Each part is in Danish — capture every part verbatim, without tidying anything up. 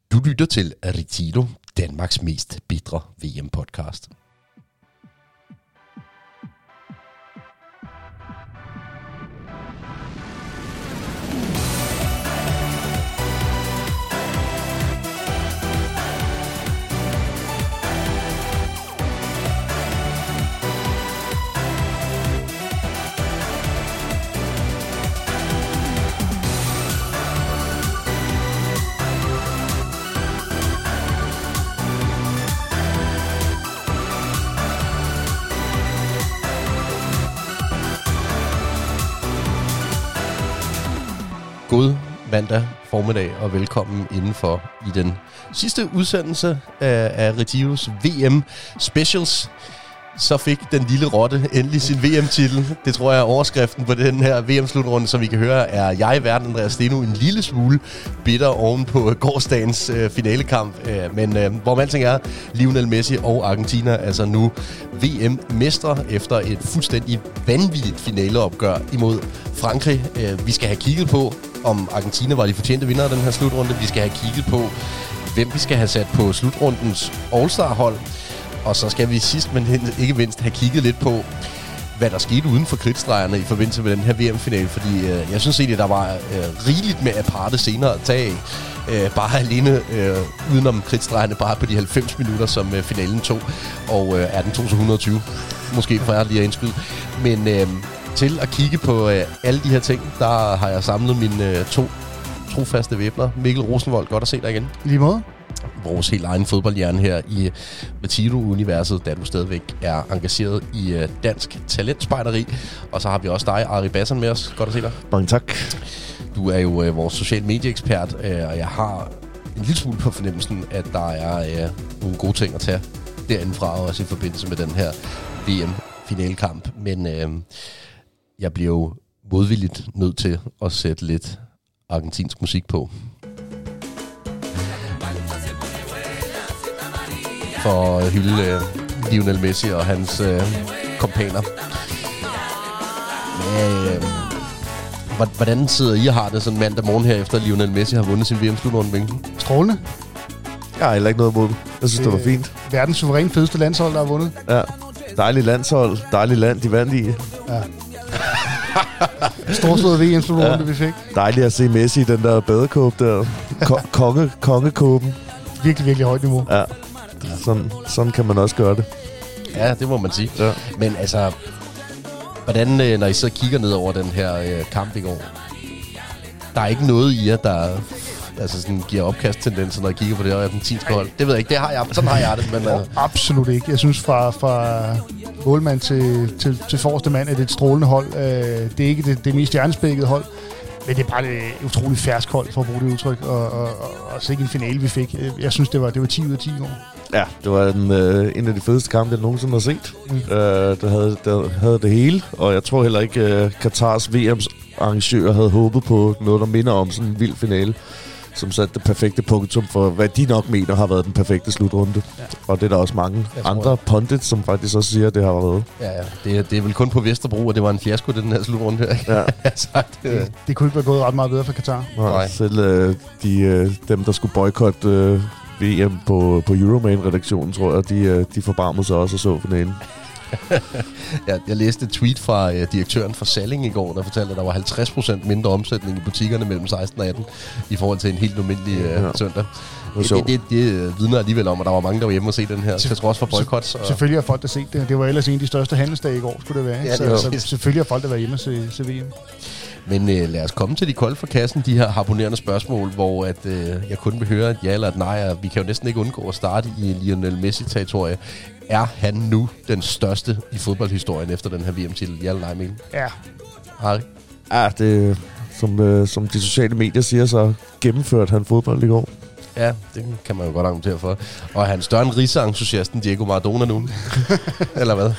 Du lytter til Retilo, Danmarks mest bitre V M-podcast. God mandag formiddag og velkommen indenfor i den sidste udsendelse af, af Retilos V M Specials. Så fik den lille rotte endelig sin V M-titel. Det tror jeg er overskriften på den her V M-slutrunde. Som I kan høre, er jeg vært, Andreas Steno, en lille smule bitter oven på gårsdagens øh, finalekamp. Øh, men øh, hvorom alting er, Lionel Messi og Argentina altså nu V M-mestre efter et fuldstændig vanvittigt finaleopgør imod Frankrig. Øh, vi skal have kigget på, om Argentina var de fortjente vinder af den her slutrunde. Vi skal have kigget på, hvem vi skal have sat på slutrundens All-Star-hold. Og så skal vi sidst, men ikke mindst, have kigget lidt på, hvad der skete uden for kridtstregerne i forbindelse med den her V M-finale. Fordi øh, jeg synes egentlig, der var øh, rigeligt med aparte scener at tage af. Øh, bare alene øh, udenom kridtstregerne, bare på de halvfems minutter, som øh, finalen tog. Og øh, er den to til et hundrede og tyve. Måske for jeg lige at indskyde. Men øh, til at kigge på øh, alle de her ting, der har jeg samlet mine øh, to trofaste væbner. Mikkel Rosenvold, godt at se dig igen. I lige måde. Vores helt egen fodboldhjerne her i Retilo-universet, da du stadigvæk er engageret i uh, dansk talentspejderi. Og så har vi også dig, Ari Basson, med os. Godt at se dig. Mange tak. Du er jo uh, vores social medieekspert, uh, og jeg har en lille smule på fornemmelsen, at der er uh, nogle gode ting at tage derindefra, også i forbindelse med den her V M-finalekamp. Men uh, jeg bliver jo modvilligt nødt til at sætte lidt argentinsk musik på. For at hylde uh, Lionel Messi og hans uh, kompaner. Men, uh, hvordan sidder I og har det sådan mandag morgen her, efter Lionel Messi har vundet sin V M-slutrunde, Mikkel? Strålende. Jeg har heller ikke noget imod det. Jeg synes, øh, det var fint. Verdens suverænt fedeste landshold, der har vundet. Ja. Dejligt landshold. Dejligt land, de vandt i. Ja. Storslået V M-slutrunde, ja. Vi fik. Dejligt at se Messi i den der badekåbe der. Ko- konge, kongekåben. Virkelig, virkelig højt niveau. Ja. Sådan, sådan kan man også gøre det. Ja, det må man sige. Ja. Men altså, hvordan, når I så kigger ned over den her øh, kamp i går, der er ikke noget i jer, der altså sådan, giver opkasttendenser, når I kigger på det argentinske hold? Det ved jeg ikke, det har jeg, sådan har jeg det. Men, øh. Absolut ikke. Jeg synes, fra, fra målmand til, til, til forreste mand, er det et strålende hold. Øh, det er ikke det, det mest hjernespækkede hold. Men det er bare et utroligt fersk hold, for at bruge det udtryk, og, og, og, og så ikke en finale, vi fik. Jeg synes, det var, det var ti ud af ti år. Ja, det var en, øh, en af de fedeste kampe, jeg nogensinde har set. Mm. Øh, der, havde, der havde det hele, og jeg tror heller ikke, øh, Katars V M's arrangører havde håbet på noget, der minder om sådan en vild finale, som satte det perfekte punktum for, hvad de nok mener har været den perfekte slutrunde. Ja. Og det er der også mange andre pundits, som faktisk også siger, at det har været. Ja, ja. Det, er, det er vel kun på Vesterbro, og det var en fiasko, den her slutrunde her. Ja. sagt, det, det, det kunne ikke være gået ret meget bedre for Katar. Nej. Nej. Selv øh, de, øh, dem, der skulle boykotte øh, V M på, på Euroman-redaktionen, tror jeg, de, øh, de forbarmede sig også og så finalen. jeg, jeg læste et tweet fra uh, direktøren for Salling i går, der fortalte, at der var halvtreds procent mindre omsætning i butikkerne mellem seksten og atten i forhold til en helt almindelig uh, ja. søndag. Det, det, det, det vidner alligevel om, at der var mange, der var hjemme og se den her, til trods for boykots. Og selvfølgelig har folk, der set det. Det var ellers en af de største handelsdage i går, skulle det være. Ja, det så, så selvfølgelig har folk, der var hjemme og se, se V M. Men uh, lad os komme til de kolde fra kassen, de her harponerende spørgsmål, hvor at, uh, jeg kun vil høre et ja eller et nej, og vi kan jo næsten ikke undgå at starte i Lionel Messi-territorie. Er han nu den største i fodboldhistorien efter den her V M-titel? Ja eller nej, Mikkel? Ja. Harry? Ja, det, som, øh, som de sociale medier siger, så gennemførte han fodbold i går. Ja, det kan man jo godt argumentere for. Og er han større end Risa-entusiasten Diego Maradona nu? Eller hvad?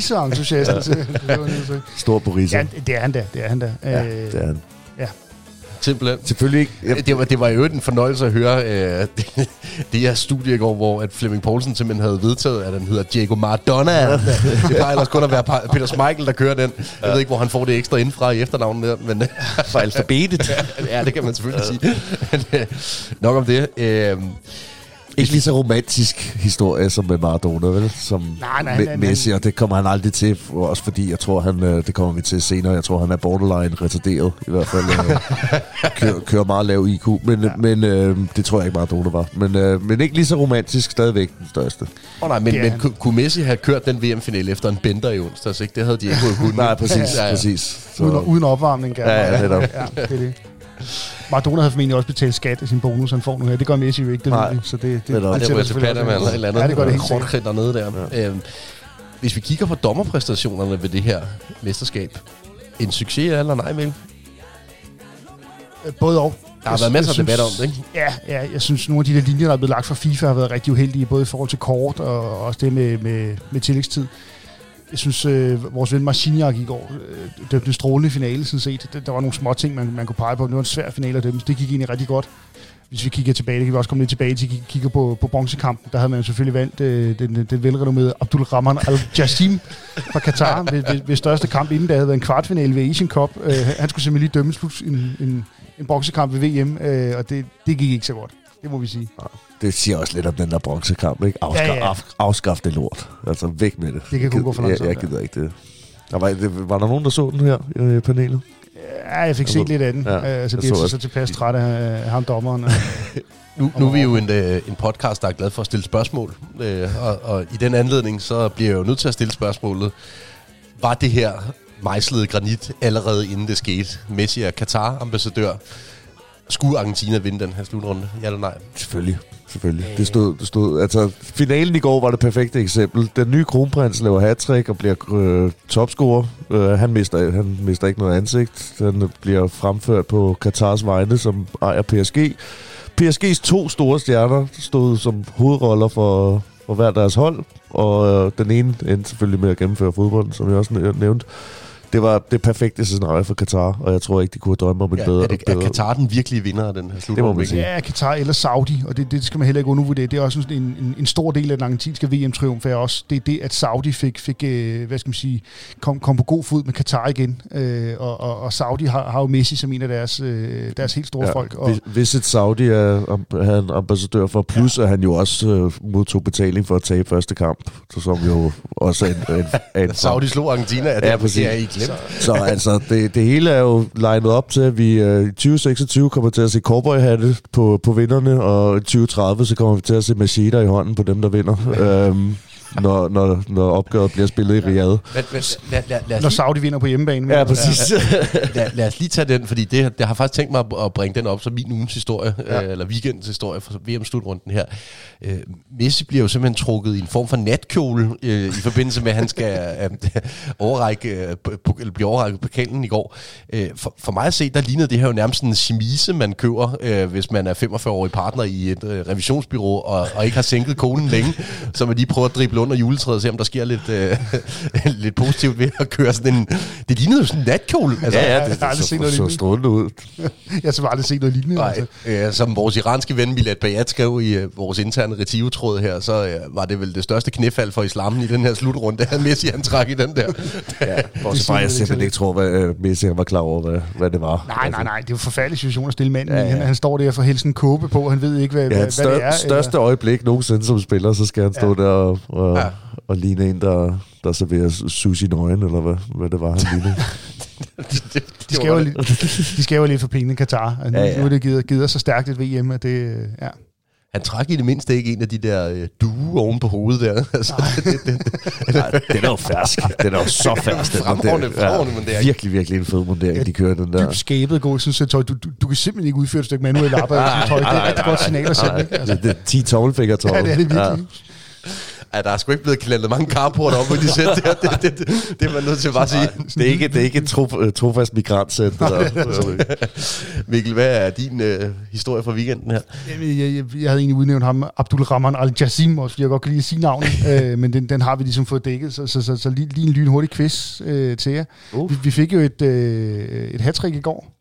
Risa-entusiasten? Ja. Stor på Risa. Ja, det er han da. Det er han da. Ja, det er han. Ja. Simpelthen. Selvfølgelig ikke. Jeg... Det, var, det var jo en fornøjelse at høre øh, det, det her studie i går, hvor at Flemming Poulsen simpelthen havde vedtaget, at den hedder Diego Maradona. Det plejer ellers kun at være Peter Schmeichel, der kører den. Jeg ved ikke, hvor han får det ekstra indfra i efternavnet der, men for alfabetet. Ja, det kan man selvfølgelig sige. Nok om det. Øh, Ikke lige så romantisk historie som med Maradona, vel? Som nej, nej, nej, Messi, og det kommer han aldrig til, også fordi jeg tror, han, det kommer vi til senere, jeg tror, han er borderline retarderet, i hvert fald. kører, kører meget lav I Q, men, ja. men øh, det tror jeg ikke Maradona var. Men, øh, men ikke lige så romantisk, stadigvæk den største. Åh oh, nej, men, men kunne Messi have kørt den V M-finale efter en bender i onsdags, ikke? Det havde de ikke kunnet. Nej, præcis, ja, ja. præcis. Så. Uden, uden opvarmning, gerne. Ja, ja, netop. Ja, det er det. Maradona havde formentlig også betalt skat af sin bonus, han får nu her. Det gør Messi jo ikke, det Nej, så det, det, det, det, det er resultater med eller andet. Ja, det gør det helt sikkert. Dernede der. Ja. Øhm, hvis vi kigger på dommerpræstationerne ved det her mesterskab, en succes eller nej, Mikkel? Både og. Der har været masser af debat om det, ikke? Ja, ja, jeg synes, nogle af de der linjer, der er blevet lagt fra FIFA, har været rigtig uheldige, både i forhold til kort og også det med, med, med tillægstid. Jeg synes, øh, vores ven Marciniak i går øh, dømte en strålende finale, sådan set. Der var nogle små ting, man, man kunne pege på. Det var en svær finale af dem, så det gik egentlig rigtig godt. Hvis vi kigger tilbage, det kan vi også komme lidt tilbage til, kigger på, på bronzekampen. Der havde man selvfølgelig valgt øh, den, den velrenommerede Abdulrahman Al-Jassim fra Katar ved, ved, ved største kamp inden, der havde været en kvartfinale ved Asian Cup. Øh, han skulle simpelthen lige dømme slut en, en, en bronzekamp ved V M, øh, og det, det gik ikke så godt. Det må vi sige. Det siger også lidt om den der bronzekamp, ikke? Afskaf, ja, ja. Af, afskaf det lort. Altså væk med det. Det kan kun gå for langsomt. Jeg, jeg gider ikke det. Der var, det. Var der nogen, der så den her i panelet? Ja, jeg fik set lidt af den. Ja, altså, det er så tilpas træt af ham dommeren. nu, nu er vi jo en, en podcast, der er glad for at stille spørgsmål. Og, og i den anledning, så bliver jeg jo nødt til at stille spørgsmålet. Var det her mejslede granit allerede inden det skete? Messi er Qatar-ambassadør. Skulle Argentina vinde den her slutrunde? Ja eller nej? Selvfølgelig. Selvfølgelig. Det stod, det stod, altså, finalen i går var det perfekte eksempel. Den nye kronprins laver hattrick og bliver øh, topscorer. Øh, han, mister, han mister ikke noget ansigt. Han bliver fremført på Qatars vegne, som ejer P S G. P S G's to store stjerner stod som hovedroller for, for hver deres hold. Og øh, den ene endte selvfølgelig med at gennemføre fodbold, som jeg også nævnte. Det var det perfekte scenarie for Qatar, og jeg tror ikke, de kunne drømme om et ja, bedre. Er, det, er Qatar den virkelige vinder af den her slutrunde? Det må man sige. Ja, Qatar eller Saudi, og det, det skal man heller ikke undervurdere. Det er også en, en, en stor del af den argentinske V M-triumf, er også det, det, at Saudi fik, fik hvad skal man sige, kom, kom på god fod med Qatar igen. Øh, og, og, og Saudi har, har jo Messi som en af deres, øh, deres helt store ja, folk. Og hvis et Saudi er han ambassadør for, plus ja. at han jo også øh, modtog betaling for at tabe første kamp, så som jo også er en, en, en Saudi slog Argentina, er det, ja, præcis. Er I glemt? Så, så altså, det, det hele er jo legnet op til, at vi øh, i tyve seksogtyve kommer til at se cowboy-hatte på, på vinderne, og i tyve tredive så kommer vi til at se machiner i hånden på dem, der vinder. øhm, når, når, når opgøret bliver spillet i Riyadh. Men, men, lad, lad, lad når Saudi vinder på hjemmebane. Ja, præcis. lad, lad os lige tage den, fordi det, det har faktisk tænkt mig at bringe den op som min ugens historie, ja. øh, eller weekendens historie for V M-slutrunden her. Øh, Messi bliver jo simpelthen trukket i en form for natkjole øh, i forbindelse med, at han skal øh, overrække, øh, eller blive overrækket pokalen i går. Øh, for, for mig at se, der lignede det her jo nærmest en chemise, man køber, øh, hvis man er femogfyrre-årig partner i et øh, revisionsbyrå, og, og ikke har sænket konen længe, så man lige prøver at drible under juletræet og se, om der sker lidt, øh, lidt positivt ved at køre sådan en... Det lignede jo sådan en natkjole. Altså, ja, ja, det, det, det så, så, så strålende ud. Jeg så aldrig set noget lignende. Nej, altså. øh, som vores iranske ven Milad Bayat skrev i øh, vores interne Retio-tråd her, så øh, var det vel det største knæfald for islammen i den her slutrunde, at Messi han trak i den der. Ja, også bare jeg simpelthen ikke tror, hvad Messi var klar over, hvad, hvad det var. Nej, nej, nej, det er jo en forfærdelig situation at stille manden ja, ja. Han, han står der for helst en kåbe på, og han ved ikke, hvad, ja, hvad, stør, hvad det er. Største eller? Øjeblik nogensinde som spiller, så skal han stå ja. der og... og ja. og ligne en, der, der serverer sushi nøgen, eller hvad, hvad det var, han lignede. de, de, skal jo, de skal jo lidt for pengene, Qatar. Nu, ja, ja. nu er det givet, givet så stærkt et V M, at det... Ja. Han trak i det mindste ikke en af de der øh, due oven på hovedet der. Altså, det, det, det, Nej, den er jo fersk. Den er jo så fersk. Fremragende, fremragende mundering. Virkelig, virkelig en fed mundering, ja, de kører den der. Dybt skabet god, synes jeg, tøj. Du, du, du kan simpelthen ikke udføre et stykke manuelt arbejde i tøj. Det er et rigtig godt signal at sende. Altså. Det er ti tommelfingertøj. Ja, det er det virkelig. Ja. Ja, der er sgu ikke blevet knaldet mange carporter op, hvor de sætter der. Det, det, det, det er man nødt til at bare sige. Det er ikke, det er ikke et trof, trofast migrantsæt. Mikkel, hvad er din øh, historie fra weekenden her? Jeg, jeg, jeg, jeg havde egentlig udnævnt ham, Abdulrahman Al-Jassim, også fordi jeg godt kan lide at sige navnet, øh, men den, den har vi ligesom fået dækket, så, så, så, så lige, lige en lynhurtig quiz øh, til jer. Uh. Vi, vi fik jo et, øh, et hattrick i går.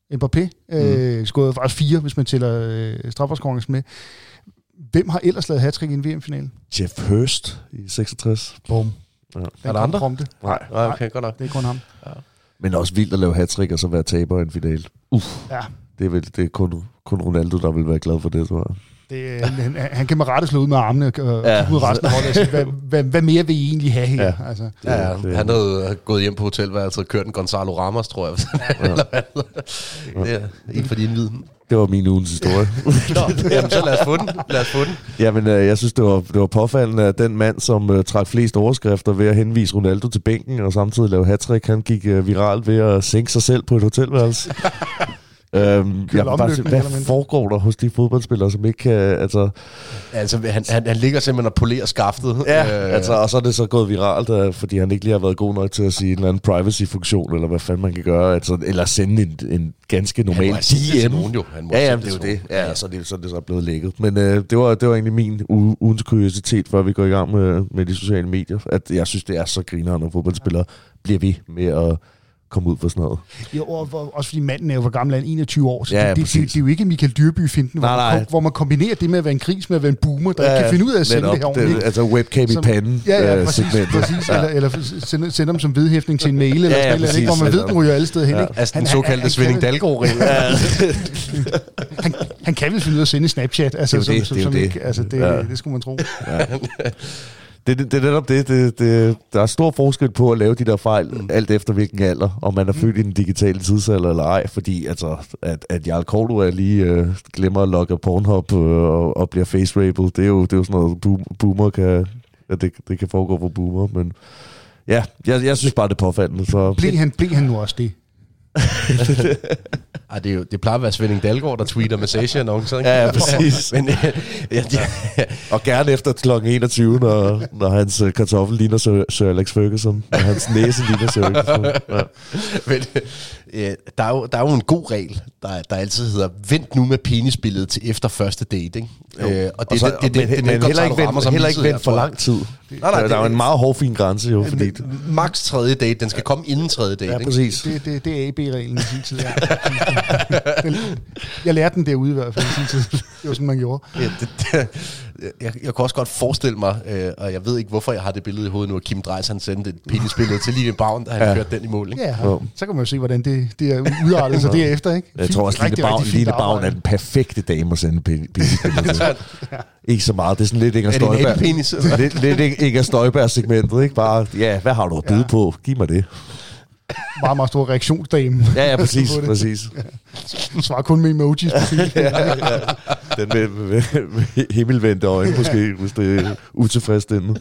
Mbappé. Øh, mm. Skåret faktisk fire, hvis man tæller øh, strafferskonkurrence med. Hvem har ellers lavet hat-trick i en V M-finale? Jeff Hurst i seksogtres. Bum. Ja. Er der andre? Det. Nej. Nej, okay, godt nok. Det er kun ham. Ja. Men også vildt at lave hat-trick og så være taber i en finale. Uff. Ja. Det er, vel, det er kun, kun Ronaldo, der vil være glad for det, tror jeg. Det, han, han kan med rette slå ud med armene og ja. kigge ud resten af holdet og sige, hvad, hvad, hvad mere vil I egentlig have her? Ja. Altså. Ja, ja. Han havde gået hjem på hotelværelset og kørt en Gonzalo Ramos, tror jeg. Ja. Eller hvad. Det er ikke for din viden. Det var min ugens historie. Nå, jamen så lad os få den. Lad os få den. Jamen, øh, jeg synes, det var, det var påfaldende, at den mand, som øh, trak flest overskrifter ved at henvise Ronaldo til bænken og samtidig lave hat-trick, han gik øh, viralt ved at sænke sig selv på et hotelværelse. Øhm, jeg bare sige, hvad foregår der hos de fodboldspillere, som ikke kan... Altså, altså han, han, han ligger simpelthen og polerer skaftet. Ja, øh, altså, og så er det så gået viralt, øh, fordi han ikke lige har været god nok til at sige en eller anden privacy-funktion, eller hvad fanden man kan gøre, altså, eller sende en, en ganske normal D M. Nogen, jo. Han må ja, jamen, det er jo det. Ja, ja. Så, det, så er det så blevet lækket. Men øh, det, var, det var egentlig min u- ugens kuriositet, før vi går i gang med, med de sociale medier. At jeg synes, det er så griner, når fodboldspillere bliver ved med at komme ud for sådan noget. Jo, og også fordi manden er jo for gammel, han enogtyve år, så ja, det, det, det, det er jo ikke Michael Dyrby-finten, hvor, man, hvor man kombinerer det med at være en gris med at være en boomer, der ja, ikke kan finde ud af at sende det her ordentligt. Det, altså webcam i panden. Ja, ja, præcis. præcis ja. Eller, eller sende, sende dem som vedhæftning til en mail, eller ja, ja, sådan noget, hvor man ved, den ryger alle steder hen. Ja. Altså den såkaldte Svending Dalgaard-regel. Ja. han, han kan vel finde ud af at sende Snapchat, altså, det, som, det, som, det, som det. Ikke, altså det, ja. det skulle man tro. Ja. Det, det, det er netop det. Det, det. Der er stor forskel på at lave de der fejl, mm. alt efter hvilken alder, om man er født i den digitale tidsalder eller ej, fordi altså, at, at Jarl Cordua lige øh, glemmer at logge Pornhub øh, og, og bliver face-raped, det er jo, det er jo sådan noget, boom, boomer kan, ja, det, det kan foregå for boomer, men ja, jeg, jeg synes bare, det er påfaldende. Så. Blev han, blev han nu også det? Ej, det, er jo, det plejer at være Svending Dalgaard, der tweeter message-annoncer, ikke? Ja, ja, præcis. Men, ja, ja. Og gerne efter klokken enogtyve, når, når hans kartoffel ligner Sir, Sir Alex Ferguson, og hans næse ligner Sir Ferguson. Ja. Men, ja, der, er jo, der er jo en god regel, der, der altid hedder, vent nu med penisbilledet til efter første date, ikke? Øh, og det, og så, det, det, det, det, men, det, men heller ikke vent, heller ikke vent for lang tid. Nej, nej, der er jo en meget hårfin grænse jo, fordi... Max tredje date, den skal komme inden tredje date, ja, ikke? præcis. Det, det, det er A B-reglen i sin tid, ja. Jeg lærte den derude i hvert fald i sin tid. Det var sådan, man gjorde. Ja, det, det, jeg, jeg kan også godt forestille mig, øh, og jeg ved ikke, hvorfor jeg har det billede i hovedet nu, at Kim Dreis, han sendte et penisbillede til Line Bavn, da han ja. kørte den i mål, ikke? Ja, så kan man jo se, hvordan det, det er udartet sig derefter, ikke? Jeg tror også, Line Bavn, Line Bavn er den perfekte dame at sende penisbillede til. Ikke så meget. Det er sådan lidt Inger Støjberg. Penis? lidt lidt Inger Støjberg-segmentet, ikke? Bare, ja, hvad har du at byde ja. på? Giv mig det. Meget, meget stor reaktionsdame. Ja, ja, præcis. præcis. Ja. Svarer kun med emojis på ja, ja, ja. Den med, med, med himmelvendte øjne, måske, hvis det er utilfredsstillende.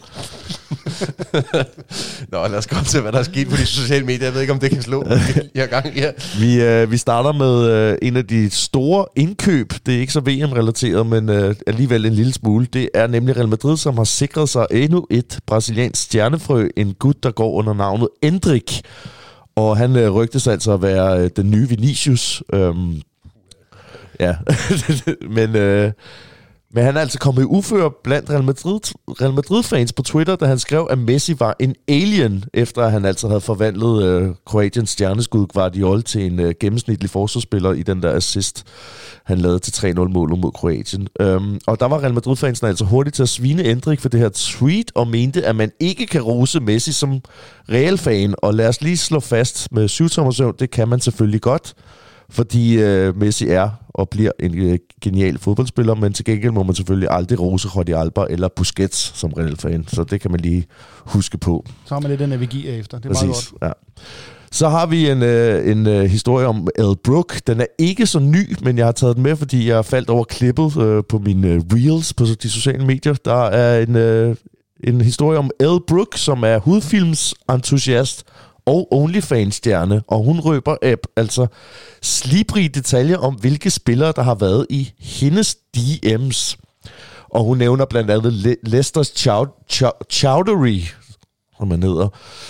Nå, lad os komme til, hvad der er sket på de sociale medier. Jeg ved ikke, om det kan slå her gang her. Vi, øh, vi starter med øh, en af de store indkøb. Det er ikke så V M-relateret, men øh, alligevel en lille smule. Det er nemlig Real Madrid, som har sikret sig endnu et brasiliansk stjernefrø. En gut, der går under navnet Endrick. Og han øh, rygtes altså at være øh, den nye Vinicius. Øhm, ja, men, øh, men han er altså kommet i uføre blandt Real Madrid, Real Madrid-fans på Twitter, da han skrev, at Messi var en alien, efter at han altså havde forvandlet øh, Kroatiens stjerneskud Guardiol til en øh, gennemsnitlig forsvarsspiller i den der assist, han lavede til tre nul-målet mod Kroatien. Øhm, og der var Real Madrid-fansene altså hurtigt til at svine Endrick for det her tweet, og mente, at man ikke kan rose Messi som Real-fan. Og lad os lige slå fast med syvtommersøvn, det kan man selvfølgelig godt, fordi øh, Messi er og bliver en øh, genial fodboldspiller, men til gengæld må man selvfølgelig aldrig rose Jordi Alba eller Busquets som Real-fan, så det kan man lige huske på. Så har man lidt at navigere efter, det er Præcis, meget godt. Ja. Så har vi en, øh, en øh, historie om Elle Brook. Den er ikke så ny, men jeg har taget den med, fordi jeg faldt over klippet øh, på mine øh, reels på de sociale medier. Der er en, øh, en historie om Elle Brook, som er hudfilmsentusiast og OnlyFans-stjerne, og hun røber øh, altså slibrige detaljer om, hvilke spillere, der har været i hendes D M's. Og hun nævner blandt andet Le- Leicester Chow- Chow- Chowdhury, som man hedder,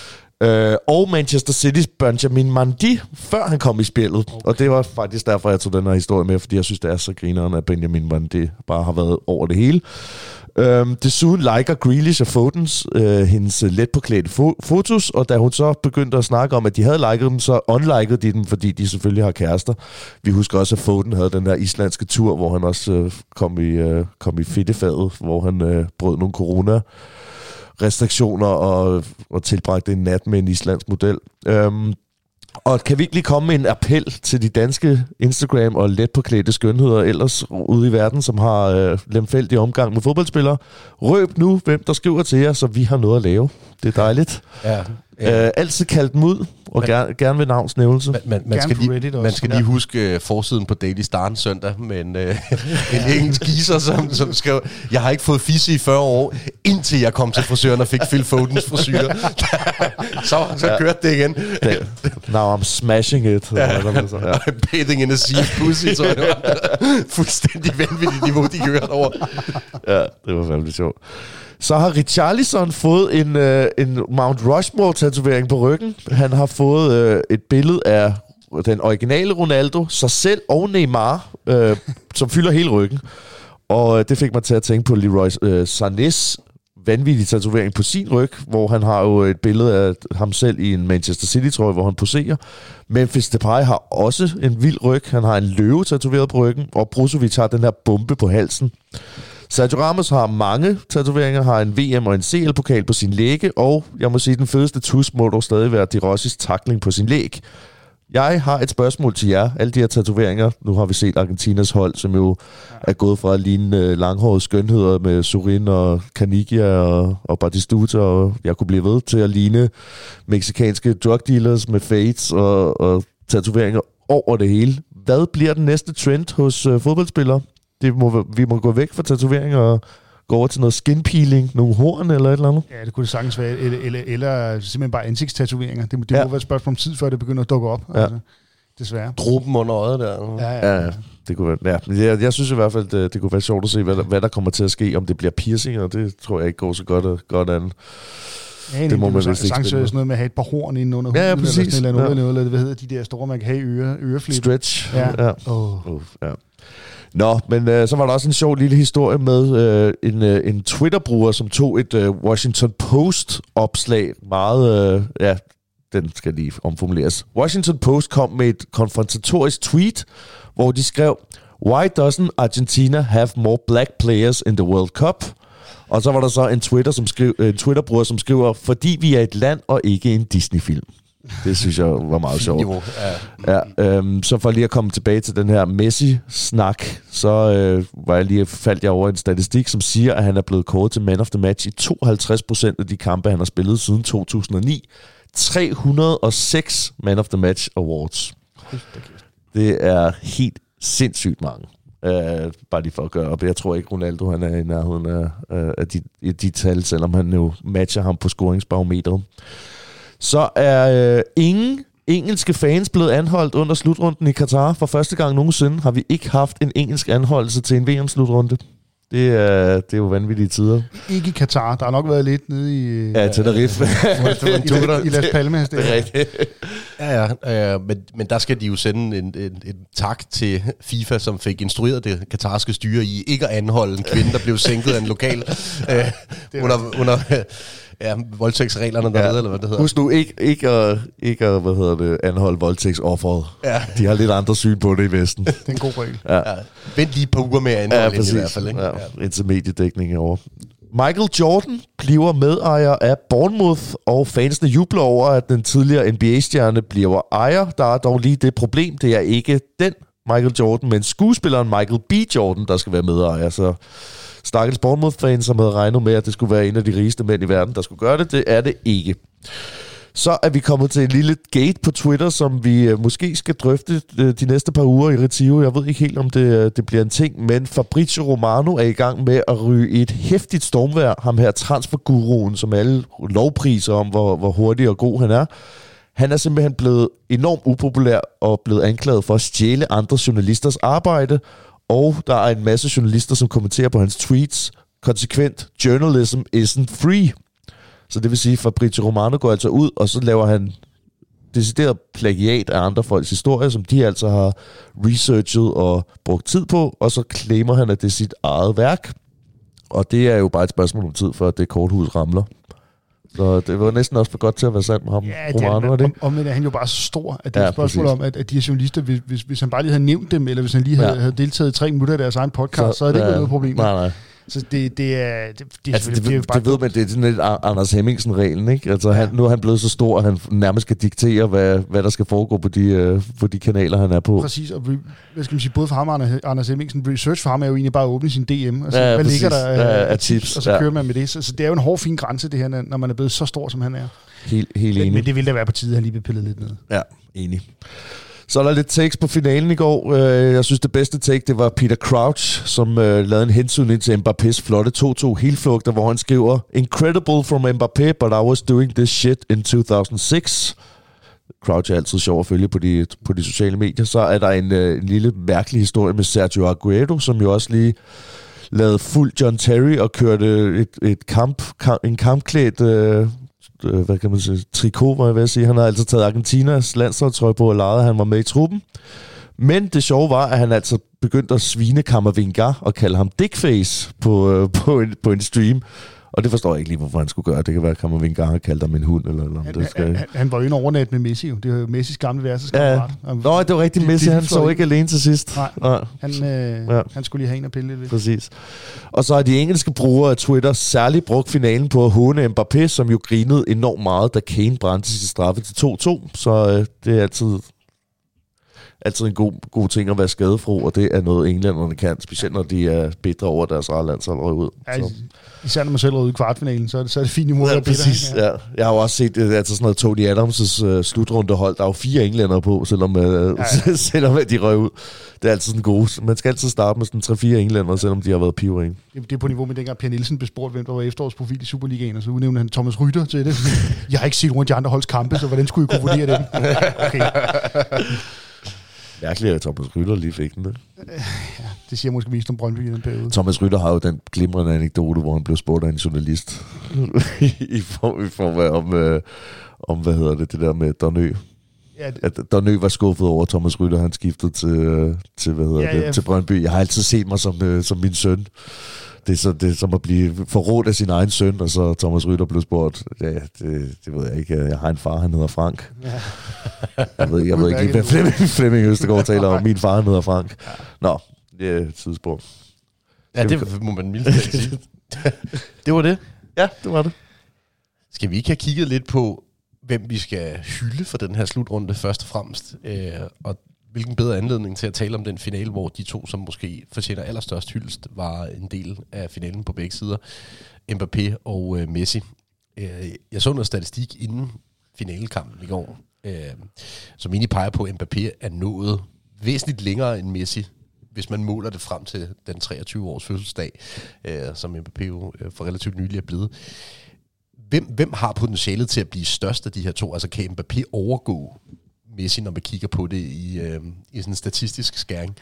Øh, og Manchester City's Benjamin Mendy, før han kom i spillet. Okay. Og det var faktisk derfor, jeg tog den her historie med, fordi jeg synes, det er så grineren, at Benjamin Mendy bare har været over det hele. Øhm, desuden liker Grealish og Fodens øh, hendes let påklædte fo- fotos, og da hun så begyndte at snakke om, at de havde liket dem, så unlikede de dem, fordi de selvfølgelig har kærester. Vi husker også, at Foden havde den der islandske tur, hvor han også øh, kom i, øh, kom i fedtefadet, hvor han øh, brød nogle corona-restriktioner og, og tilbragte en nat med en islandsk model. Øhm, Og kan vi ikke lige komme med en appel til de danske Instagram- og let påklædte skønheder ellers ude i verden, som har øh, lemfældig omgang med fodboldspillere? Røb nu, hvem der skriver til jer, så vi har noget at lave. Det er dejligt. Ja, ja. Øh, altid kaldt dem ud, og man, gerne, gerne ved navnsnævnelse. Man, man, man, skal lige, man skal lige huske uh, forsiden på Daily Star søndag med en, uh, en engelsk giser, som, som skrev, jeg har ikke fået fisse i fyrre år, indtil jeg kom til frisøren og fik Phil Fodens frisyr. så så ja. Kørte det igen. Det, now I'm smashing it. Ja. Ja. I'm bathing in a sea of pussy, så det var fuldstændig vanvittigt niveau, de kørte over. Ja, det var fandme sjovt. Så har Richarlison fået en, øh, en Mount Rushmore-tatovering på ryggen. Han har fået øh, et billede af den originale Ronaldo, sig selv og Neymar, øh, som fylder hele ryggen. Og øh, det fik mig til at tænke på Leroy øh, Sanés vanvittige tatovering på sin ryg, hvor han har jo et billede af ham selv i en Manchester City-trøje, hvor han poserer. Memphis Depay har også en vild ryg. Han har en løve tatoveret på ryggen, og Brozovic har den her bombe på halsen. Sergio Ramos har mange tatoveringer, har en V M og en C L-pokal på sin læge, og jeg må sige, den fedeste tus må dog stadig være De Rossis tackling på sin læg. Jeg har et spørgsmål til jer. Alle de her tatoveringer, nu har vi set Argentinas hold, som jo er gået fra at ligne langhårede skønheder med Sorin og Canigia og, og Batistuta, og jeg kunne blive ved til at ligne mexikanske drug dealers med fades og, og tatoveringer over det hele. Hvad bliver den næste trend hos uh, fodboldspillere? Det må, vi må gå væk fra tatoveringer og gå over til noget skin peeling, nogle horn eller et eller andet. Ja, det kunne det sagtens være. Eller, eller, eller simpelthen bare ansigtstatoveringer. Det, det ja. må være et spørgsmål om tid, før det begynder at dukke op. Ja. Altså, desværre. Dråben under øjet der. Ja, ja. ja, det kunne være. Ja, jeg, jeg synes i hvert fald, det, det kunne være sjovt at se, hvad der, hvad der kommer til at ske, om det bliver piercing, og det tror jeg ikke går så godt, godt an. Ja, det må man vist ikke spille. Sådan noget med at have et par horn inde under huden. Ja, ja, præcis. Eller noget, ja. eller noget, hvad hedder de der store, man kan have i øre, øreflip. Stretch. Ja. ja. Oh. Oh, ja. Nå, men øh, så var der også en sjov lille historie med øh, en, øh, en Twitter-bruger, som tog et øh, Washington Post-opslag meget... Øh, ja, den skal lige omformuleres. Washington Post kom med et konfrontatorisk tweet, hvor de skrev, "Why doesn't Argentina have more black players in the World Cup?" Og så var der så en, Twitter, som skrev, en Twitter-bruger, som skriver, "Fordi vi er et land og ikke en Disney-film." Det synes jeg var meget sjovt. Ja, øhm, så for lige at komme tilbage til den her Messi-snak, så øh, var jeg lige, faldt jeg over en statistik, som siger, at han er blevet kåret til Man of the Match i tooghalvtreds procent af de kampe, han har spillet siden to tusind og ni. tre hundrede og seks Man of the Match Awards. Det er helt sindssygt mange. Uh, bare lige for at gøre op. Jeg tror ikke, Ronaldo han er i nærheden af, uh, af de, de tal, selvom han jo matcher ham på scoringsbarometeret. Så er øh, ingen engelske fans blevet anholdt under slutrunden i Katar. For første gang nogensinde har vi ikke haft en engelsk anholdelse til en V M-slutrunde. Det er, det er jo vanvittige tider. Ikke i Katar. Der har nok været lidt nede i... Ja, Tenerife. I Las Palmas. Det er rigtigt. Ja, ja. Øh, men, men der skal de jo sende en, en, en tak til FIFA, som fik instrueret det katarske styre i ikke at anholde en kvinde, der blev sænket af en lokal øh, under... under Ja, voldtægtsreglerne dernede, ja. Eller hvad det hedder. Husk nu ikke, ikke, at, ikke at hvad hedder det, anholde voldtægtsofferet. Ja. De har lidt andre syn på det i Vesten. Det er en god regel. Ja. Ja. Vent lige på uger med at anholde ja, i hvert fald. Ikke? Ja, ja. Intermediedækning over. Michael Jordan bliver medejer af Bournemouth, og fansene jubler over, at den tidligere N B A-stjerne bliver ejer. Der er dog lige det problem, det er ikke den Michael Jordan, men skuespilleren Michael B. Jordan, der skal være medejer. Så stakkels Bournemouth-fans, som havde regnet med, at det skulle være en af de rigeste mænd i verden, der skulle gøre det. Det er det ikke. Så er vi kommet til en lille gate på Twitter, som vi måske skal drøfte de næste par uger i Retio. Jeg ved ikke helt, om det, det bliver en ting, men Fabrizio Romano er i gang med at ryge et hæftigt stormvejr. Ham her transferguruen, som alle lovpriser om, hvor, hvor hurtig og god han er. Han er simpelthen blevet enormt upopulær og blevet anklaget for at stjæle andre journalisters arbejde. Og der er en masse journalister, som kommenterer på hans tweets konsekvent, "Journalism isn't free." Så det vil sige, at Fabrizio Romano går altså ud, og så laver han decideret plagiat af andre folks historie, som de altså har researchet og brugt tid på, og så claimer han, at det er sit eget værk. Og det er jo bare et spørgsmål om tid, for at det korthus ramler. Så det var næsten også for godt til at være sandt med ham, ja, Romano, var det ikke? Om, om er han jo bare så stor, at det er ja, et spørgsmål præcis. om, at, at de her journalister, hvis, hvis, hvis han bare lige havde nævnt dem, eller hvis han lige havde, ja. havde deltaget i tre minutter af deres egen podcast, så, så havde det ikke ja, været noget problem. Nej, nej. Så det, det er... Det, det, altså, det, det, det, det ved man, det er sådan lidt Anders Hemmingsen-reglen, ikke? Altså, ja. han, nu er han blevet så stor, at han nærmest skal diktere, hvad, hvad der skal foregå på de, uh, på de kanaler, han er på. Præcis, og hvad skal man sige, både for ham og Anders Hemmingsen, research for ham er jo egentlig bare at åbne sin D M, altså, ja, hvad præcis. ligger der ja, af tips, tips, og så ja. kører man med det. Så, så det er jo en hård, fin grænse, det her, når man er blevet så stor, som han er. Helt, helt enig. Men det ville da være på tide, at han lige blev pillet lidt ned. Ja, enig. Så er der lidt takes på finalen i går. Jeg synes, det bedste take, det var Peter Crouch, som øh, lavede en hensyn til Mbappés flotte to to helflugter, hvor han skriver, "Incredible from Mbappé, but I was doing this shit in two thousand six." Crouch er altid sjov at følge på de, på de sociale medier. Så er der en, øh, en lille mærkelig historie med Sergio Aguero, som jo også lige lavede fuld John Terry og kørte et, et kamp, kamp, en kampklædt... Øh, hvad kan man sige, trikot, var jeg ved at sige. Han har altså taget Argentinas landsholdstrøje på og lejet, at han var med i truppen. Men det sjove var, at han altså begyndte at svine Camavinga og kalde ham dickface på, på, en, på en stream. Og det forstår jeg ikke lige, hvorfor han skulle gøre. Det kan være, at Camavinga har kaldt ham en hund. Eller, eller han, det skal... han, han var jo en overnat med Messi. Jo. Det er jo Messis gamle værelseskammerat. Ja. Nå, det var rigtigt. Messi, han så ikke alene til sidst. Nej, Nej. Han, øh, ja. han skulle lige have en og pille lidt ved. Præcis. Og så har de engelske brugere af Twitter særligt brugt finalen på at håne Mbappé, som jo grinede enormt meget, da Kane brændte sin straffe til to to. Så øh, det er altid... altid en god, god ting at være skadefro, og det er noget, englænderne kan, specielt når de er bedre over deres eget landshold røg ud. Ja, især når man selv rød i kvartfinalen, så er det, så er det fint imod ja, at præcis, ja. ja. Jeg har jo også set altså sådan noget Tony Adams' uh, slutrundehold. Der er jo fire englænder på, selvom, uh, ja, ja. selvom de røg ud. Det er altid sådan gode. Man skal altid starte med sådan tre-fire englænder, selvom de har været pivring. Det, det er på niveau med dengang Per Nielsen bespurgte, hvem der var efterårsprofil i Superligaen, og så udnævnte han Thomas Rytter til det. Jeg har ikke set rundt de andre holds kampe, så hvordan skulle jeg kunne vurdere det? Okay. Mærkeligt, at Thomas Rytter lige fik den, det. Ja, det siger måske mest om Brøndby i den periode. Thomas Rytter har jo den glimrende anekdote, hvor han blev spurgt af en journalist i form, i form af om, øh, om, hvad hedder det, det der med Donø. Ja, det... At Donø var skuffet over Thomas Rytter, han skiftede til, til, hvad hedder ja, det, ja. til Brøndby. Jeg har altid set mig som, øh, som min søn. Det er, så, det er som at blive forrådt af sin egen søn, og så Thomas Rytter blev spurgt. Ja, det, det ved jeg ikke. Jeg har en far, han hedder Frank. Ja. Jeg ved, jeg ved ikke lige, hvad Flemming, Flemming Østergaard taler om. Min far, han hedder Frank. Nå, det er et tidsspor. Ja, det må man mildt sige. Det var det. Ja, det var det. Skal vi ikke have kigget lidt på, hvem vi skal hylde for den her slutrunde først og fremmest? Øh, og hvilken bedre anledning til at tale om den finale, hvor de to, som måske fortjener allerstørst hyldest, var en del af finalen på begge sider. Mbappé og øh, Messi. Øh, jeg så noget statistik inden finalekampen i går, øh, som egentlig peger på, at Mbappé er nået væsentligt længere end Messi, hvis man måler det frem til den treogtyve års fødselsdag, øh, som Mbappé jo øh, for relativt nylig er blevet. Hvem, hvem har potentialet til at blive størst af de her to? Altså kan Mbappé overgå Messi, når man kigger på det i, øh, i sådan en statistisk skæring?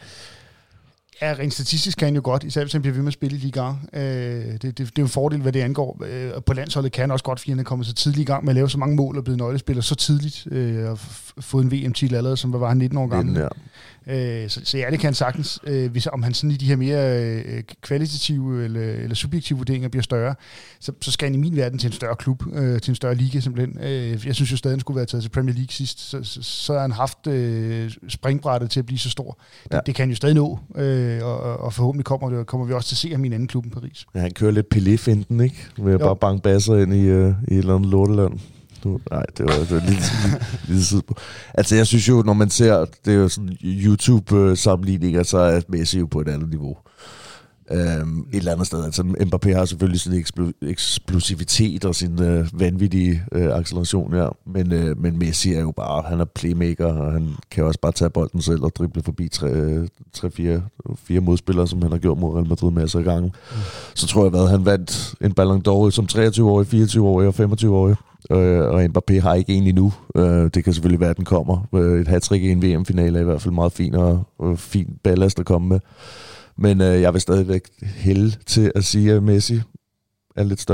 Ja, rent statistisk kan han jo godt, især hvis han bliver ved med at spille i Liga. Øh, det, det, det er jo en fordel, hvad det angår. Øh, på landsholdet kan han også godt, fordi han er kommet så tidligt i gang med at lave så mange mål og blevet nøglespiller så tidligt, øh, og f- fået en V M-titel allerede, som var han nitten år gammel. Ja. Øh, så, så ja, det kan han sagtens. Øh, hvis, om han sådan i de her mere øh, kvalitative eller, eller subjektive vurderinger bliver større, så, så skal han i min verden til en større klub, øh, til en større liga simpelthen. Øh, jeg synes jo stadig, han skulle være taget til Premier League sidst, så, så, så har han haft øh, springbrættet til at blive så stor. Det, ja. det kan han jo stadig nå, øh, og, og forhåbentlig kommer, det, kommer vi også til at se ham i en anden klub i Paris. Ja, han kører lidt Pelé-finten, ikke? Med at bare banke basser ind i, uh, i et eller andet lorteland. Nu, nej, det var, det var lidt, lidt, lidt side på. Altså, jeg synes jo, når man ser, det er jo sådan YouTube-sammenligninger, så er Messi jo på et andet niveau. Um, et eller andet sted. Altså, Mbappé har selvfølgelig sin ekspl- eksplosivitet og sin uh, vanvittige uh, acceleration, ja. Men, uh, men Messi er jo bare, han er playmaker, og han kan også bare tage bolden selv og drible forbi tre, tre fire, fire modspillere, som han har gjort mod Real Madrid masser af gange. Mm. Så tror jeg, at han vandt en Ballon d'Or som treogtyve-årig, fireogtyve-årig og femogtyve-årig. Og Mbappé har ikke en endnu. Det kan selvfølgelig være, at den kommer. Et hattrick i en V M-finale er i hvert fald meget fin og, og fin ballast at komme med. Men øh, jeg vil stadigvæk hælde til at sige, at Messi er lidt større.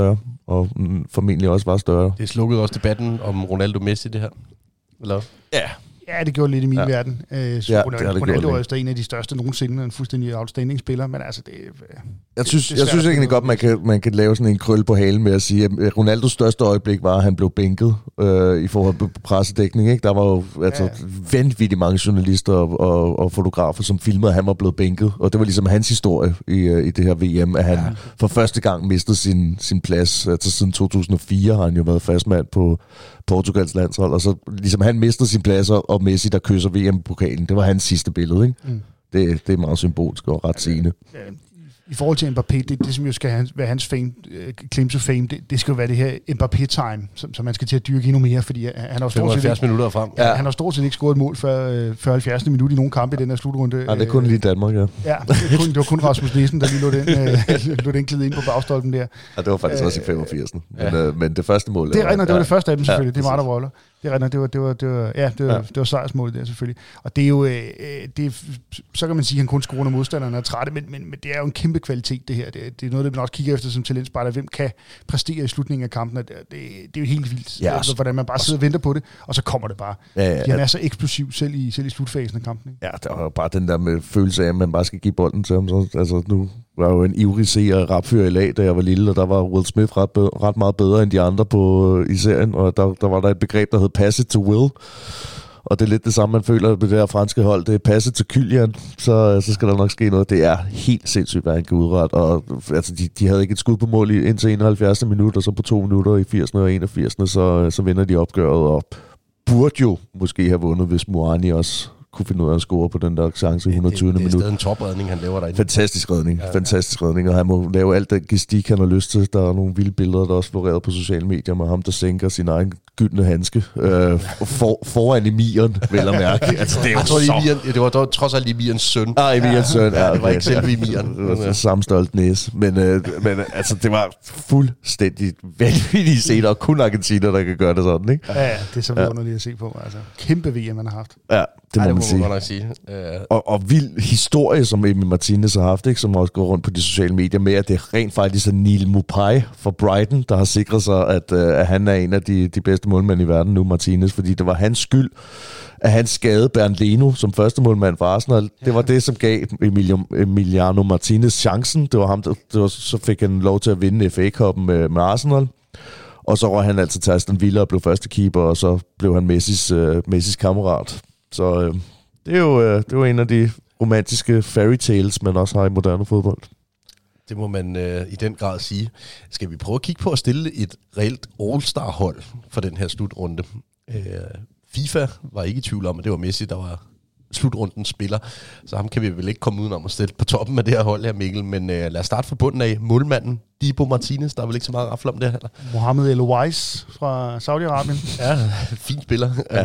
og mm, formentlig også var større. Det slukkede også debatten om Ronaldo Messi, det her. Eller? Ja. Ja, det gjorde lidt i min ja. verden. Øh, så ja, Ronaldo, Ronaldo er jo en af de største nogensinde, en fuldstændig outstanding spiller, men altså det... Jeg synes, det, det jeg synes egentlig godt, man kan, man kan lave sådan en krøl på halen med at sige, at Ronaldos største øjeblik var, at han blev bænket øh, i forhold til pressedækning. Ikke? Der var jo altså, ja. vanvittigt mange journalister og, og, og fotografer, som filmede, at han var blevet bænket. Og det var ligesom hans historie i, i det her V M, at han ja. for første gang mistede sin, sin plads. Altså siden to tusind og fire har han jo været fastmand på Portugals landshold, og så ligesom han mistede sin plads, og Messi, der kysser V M-pokalen. Det var hans sidste billede, ikke? Mm. Det, det er meget symbolsk og ret sigende. Ja, i forhold til Mbappé, det, det som jo skal være hans fame, uh, claim to fame, det, det skal jo være det her Mbappé-time, som, som man skal til at dyrke endnu mere, fordi han har stort set halvfjerds minutter frem. Ja, han har stort set ikke scoret et mål før, uh, før halvfjerds minut i nogle kampe i den her slutrunde. Ja, det er kun lige Danmark, ja. Ja, det var kun, det var kun Rasmus Nielsen, der lige lå den, uh, lå den glide ind på bagstolpen der. Ja, det var faktisk uh, også i femogfirs. Men, ja. uh, men det første mål... Det er rigtigt, det var det første af dem selvfølgelig, ja, det er meget der roller. Det er rigtigt, det var, det var, det var, ja, det var, ja. det var sejrsmålet der selvfølgelig. Og det er jo, øh, det er, så kan man sige, at han kun scorer, når modstanderne er trætte, men, men, men det er jo en kæmpe kvalitet, det her. Det, det er noget, det man også kigger efter som talentspejder. Hvem kan præstere i slutningen af kampen? Det, det, det er jo helt vildt, ja, altså, hvordan man bare sidder og venter på det, og så kommer det bare. Ja, ja, ja. Han er så eksplosiv selv i, selv i slutfasen af kampen. Ikke? Ja, der var jo bare den der med følelse af, at man bare skal give bolden til ham. Så, altså, nu var jo en ivrig seer og rapfyr i lag, da jeg var lille, og der var Will Smith ret, bedre, ret meget bedre end de andre på, i serien, og der, der var der et begreb, der hed pass it to Will, og det er lidt det samme, man føler på det her franske hold, det er pass it to Kylian, så, så skal der nok ske noget. Det er helt sindssygt, hvad han kan udrette, og altså, de, de havde ikke et skud på mål i, indtil enoghalvfjerds minutter, og så på to minutter i firserne og enogfirserne, så, så vinder de opgøret, og burde jo måske have vundet, hvis Mourani også kunne finde ud af at score på den der chance i hundrede minut. Det er stadig en topredning, han laver derinde. Fantastisk redning, ja, fantastisk ja. redning, og han må lave alt den gestik, han har lyst til. Der er nogle vilde billeder, der også floreret på sociale medier med ham, der sænker sin egen gyldne handske øh, for, foran Emiren, vel at mærke. Altså, det er jo tror, så... Emiren, det var dog, trods alt Emirens søn. Ah, Emirens søn, ja. Det var ikke selve Emiren. Det var samme stolt næse. Men, øh, men altså, det var fuldstændig vanvittigt set, og kun Argentina, der kan gøre det sådan, ikke? Ja, ja, det er så underligt at se på. Altså, kæmpe V M, man har haft. Ja, det må Ej, det man må sige. Man sige. Uh... Og, og vild historie, som Emi Martinez har haft, ikke, som også går rundt på de sociale medier med, at det er rent faktisk er Neil Maupay fra Brighton, der har sikret sig, at, uh, at han er en af de, de bedste målmænd i verden nu, Martinez, fordi det var hans skyld, at han skadede Bernd Leno som første målmand for Arsenal. Det var det, som gav Emiliano Martinez chancen. Det var ham, der, det var, så fik han lov til at vinde F A-cupen med, med Arsenal. Og så var han altså til Aston Villa og blev første keeper, og så blev han Messis, uh, Messis kammerat. Så uh, det, er jo, uh, det er jo en af de romantiske fairy tales, man også har i moderne fodbold. Det må man øh, i den grad sige. Skal vi prøve at kigge på at stille et reelt all-star-hold for den her slutrunde? Øh, FIFA var ikke i tvivl om, at det var Messi, der var slutrundens spiller. Så ham kan vi vel ikke komme udenom at stille på toppen af det her hold her, Mikkel. Men øh, lad os starte fra bunden af. Målmanden, Dibu Martinez, der er vel ikke så meget rafle om det her? Mohamed El Owais fra Saudi-Arabien. Ja, fin spiller. Ja.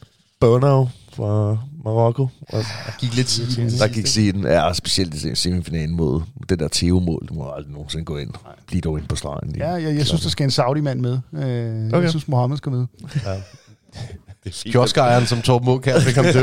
Bono fra Marokko. Der gik lidt siden. Der gik siden, ja, specielt i semifinalen mod det der Theo-mål. Du må aldrig nogensinde gå ind. Bliv dog ind på stregen. Ja, jeg, jeg synes, der skal en Saudi-mand med. Øh, okay. Jeg synes, Mohammed skal med. Ja. Kioskejeren, som Torben Måkær fik ham til.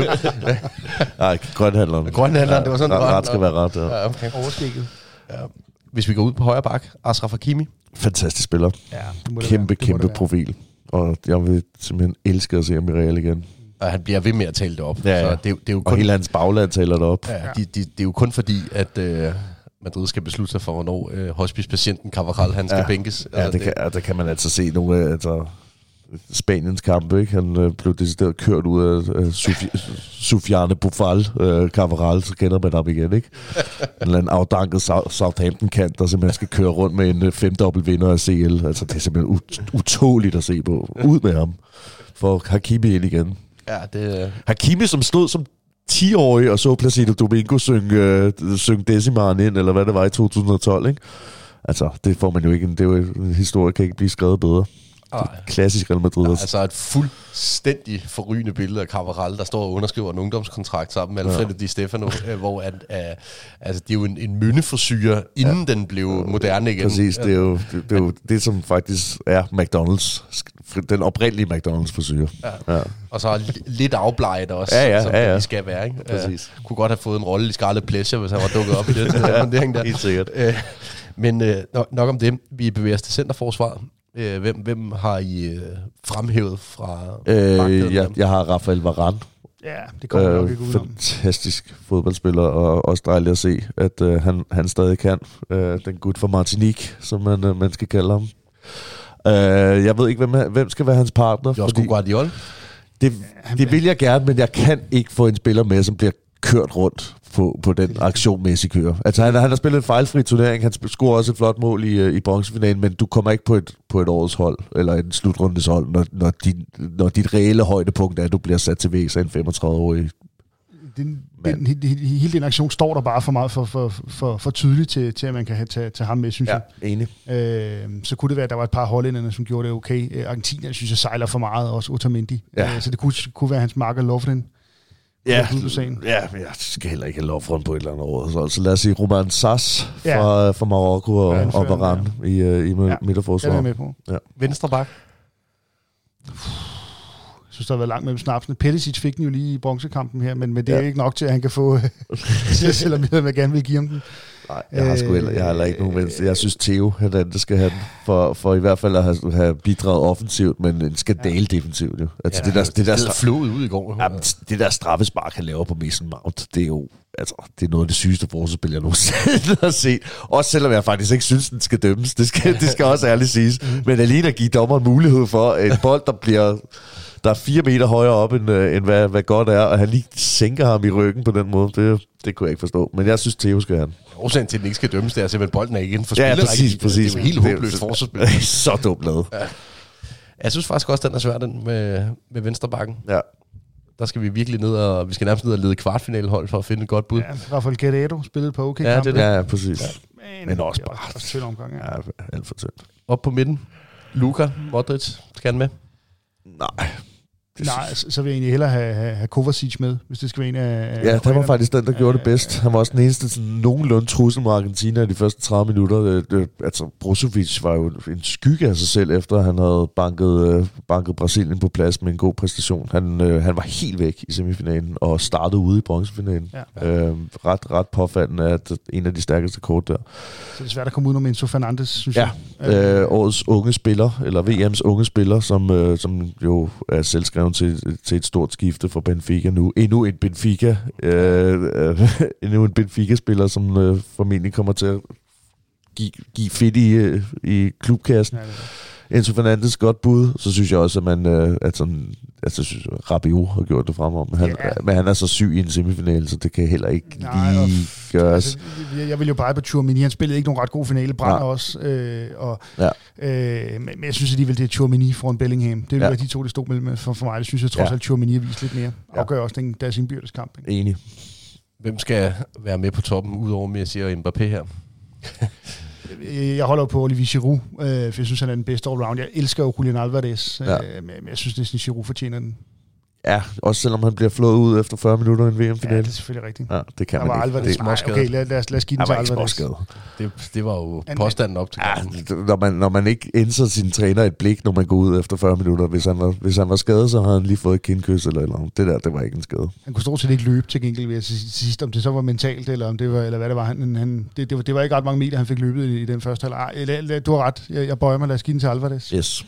Nej, grønhandleren. Grønhandleren, det var sådan, ret, ret skal være ret. Ja. Ja, okay. Overskægget. Ja. Hvis vi går ud på højre bak, Ashraf Hakimi. Fantastisk spiller. Ja, det må det kæmpe, det kæmpe det profil. Og jeg vil simpelthen elske at se ham i Real igen. Og han bliver ved med at tale det op. Ja, ja. Så det, det er jo kun, og hele hans bagland taler det op. Ja, de, de, det er jo kun fordi, at øh, Madrid skal beslutte sig for, hvornår øh, hospice-patienten Carvajal, han skal ja. bænkes. Ja, det, det, kan, ja, der kan man altså se nogle af altså, Spaniens kampe. Ikke? Han øh, blev decideret kørt ud af øh, Soufiane Boufal, øh, Carvajal, så kender man ham igen. Ikke? En eller anden afdanket Southampton-kant, der simpelthen skal køre rundt med en øh, femdobbelt vinder af C L. Altså, det er simpelthen ut- utåligt at se på. Ud med ham. For Hakimi ind igen. Ja, det... Hakimi, som stod som ti-årig og så Placido Domingo synge, øh, synge Decimaren ind, eller hvad det var i to tusind og tolv, ikke? Altså, det får man jo ikke. Det er jo en historie, kan ikke blive skrevet bedre. Klassisk Real Madrid. Ja, altså et fuldstændig forrygende billede af Carvajal, der står og underskriver en ungdomskontrakt sammen med Alfredo ja. Di Stefano, hvor at, uh, altså, det er jo en, en myndefrisyre, inden ja. den blev moderne igen. Præcis, det er jo det, det, er jo det som faktisk er McDonald's, den oprindelige McDonald's-frisyre. Ja. Ja. Og så lidt afbleget også, ja, ja, som ja, ja. det skal være. Ikke? Præcis. Uh, kunne godt have fået en rolle i Scarlet Pleasure, hvis han var dukket op i den der. Helt sikkert. Uh, Men øh, nok, nok om det. Vi bevæger os til centerforsvar. Øh, hvem, hvem har I øh, fremhævet fra øh, jeg, jeg har Rafael Varane. Ja, det kommer øh, nok ikke ud om. Fantastisk fodboldspiller, og også dejligt at se, at øh, han, han stadig kan. Øh, den gut fra Martinique, som man, øh, man skal kalde ham. Øh, jeg ved ikke, hvem, hvem skal være hans partner. Josko Guardiola? Det, det vil jeg gerne, men jeg kan ikke få en spiller med, som bliver kørt rundt på, på den aktionmæssige køre. Altså, han, han har spillet en fejlfri turnering, han scorer også et flot mål i, i bronzefinalen, men du kommer ikke på et, på et årets hold, eller en slutrundes hold, når, når, din, når dit reelle højdepunkt er, at du bliver sat til vægs af en femogtredive-årig. Den, den, hele den aktion står der bare for meget for, for, for, for tydeligt til, til, at man kan have, tage, tage ham med, synes ja, jeg. Enig. Øh, så kunne det være, at der var et par hollænderne, som gjorde det okay. Argentina, synes jeg, sejler for meget, også Otamendi. Ja. Øh, så det kunne, kunne være hans marker Lovren. Ja, ja, men jeg skal heller ikke have Lovren på et eller andet år. Så, så lad os sige Romain Sass ja. fra, fra Marokko og, ja, og Varane ja. i, uh, i ja. midterforsvar. Ja, med på. Ja. Venstre bak. Jeg synes, der har været langt mellem snapsene. Pettisic fik den jo lige i bronzekampen her, men, men det er ja. ikke nok til, at han kan få, selvom jeg gerne vil give ham den. Nej, jeg har sgu heller, jeg har heller ikke nogen venstre. Jeg synes, Theo, han skal have den, for, for i hvert fald at have, have bidraget offensivt, men en skandale ja. defensivt. Jo. Altså, ja, det der, det der, der flået ud i går. Ja, det der straffespark, han laver på Mason Mount, det er jo altså, det er noget af det sygeste forsvarsspil, jeg nogensinde har set. Også selvom jeg faktisk ikke synes, den skal dømmes. Det skal, det skal også ærligt siges. Men alene at give dommeren mulighed for en bold, der bliver... Der er fire meter højere op, end, end hvad, hvad godt er, og han lige sænker ham i ryggen på den måde. Det, det kunne jeg ikke forstå. Men jeg synes, Theo skal have den. Årsagen til, at den ikke skal dømmes, det er simpelthen, bolden er ikke inden for spillet. Ja, præcis, præcis. Det er jo helt håbløst forsvarsspil. Så dumt lavet. Ja. Jeg synes faktisk også, den er svær, den med, med venstrebakken. Ja. Der skal vi virkelig ned, og vi skal nærmest ned og lede kvartfinalehold for at finde et godt bud. Ja, Rafael Guerrero spillede på OK. Ja, det er ja, præcis. Ja. Men, Men også bare også tynd omgang. Ja, ja alt for tyndt. Op på midten. Luka Modric, skal han med? Nej. Nej, så, så vil jeg egentlig hellere have, have, have Kovacic med, hvis det skal være en af... Ja, han var faktisk den, der gjorde det bedst. Han var også den eneste sådan, nogenlunde trussel mod Argentina i de første tredive minutter. Det, det, altså, Brozovic var jo en skygge af sig selv, efter han havde banket, øh, banket Brasilien på plads med en god præstation. Han, øh, han var helt væk i semifinalen og startede ude i bronzefinalen. Ja. Øh, ret, ret påfaldende, at en af de stærkeste kort der. Så det er svært at komme ud med Enzo Fernandes, synes ja. jeg. Øh, årets unge spiller, eller V M's unge spiller, som, øh, som jo er selvskrevet Til, til et stort skifte for Benfica nu. Endnu en Benfica, øh, øh, endnu en Benfica-spiller, som øh, formentlig kommer til at give, give fedt i, øh, i klubkassen. Ja, Enzo Fernandes godt bud, så synes jeg også, at man øh, at sådan, altså, synes, Rabiot har gjort det fremom. Men han, ja. men han er så syg i en semifinale, så det kan heller ikke Nej, lige og, gøres. Altså, jeg vil jo bare på Tchouaméni. Han spillede ikke nogen ret god finale. Brænder ja. også. Øh, og, ja. øh, men, men jeg synes alligevel, det er Tchouaméni foran Bellingham. Det er ja. de to, der stod mellem for, for mig. Det synes jeg trods ja. alt, Tchouaméni har vist lidt mere. Ja. Afgør også den, deres indbyrdes kamp. Ikke? Enig. Hvem skal være med på toppen, udover Messi og Mbappé her? Jeg holder på Olivier Giroud, øh, for jeg synes, han er den bedste allround. Jeg elsker jo Julian Alvarez, ja. øh, men jeg synes næsten, Giroud fortjener den. Ja, også selvom han bliver flået ud efter fyrre minutter i en V M-finale. Ja, det er selvfølgelig rigtigt. Ja, det kan der man ikke. Det var okay, lad, lad, os, lad os give den til Alvarez. Det, det var jo påstanden op til ja, når, man, når man ikke indser sin træner et blik, når man går ud efter fyrre minutter. Hvis han var, hvis han var skadet, så havde han lige fået et kindkys eller eller andet. Det der, det var ikke en skade. Han kunne stort set ikke løbe til gengæld ved at sidst, om det så var mentalt, eller om det var, eller hvad det var. Han, han, det, det, var det var ikke ret mange meter, han fik løbet i, i den første halvleg. Du har ret. Jeg, jeg bøjer mig. Lad os give den til Alvarez. Yes.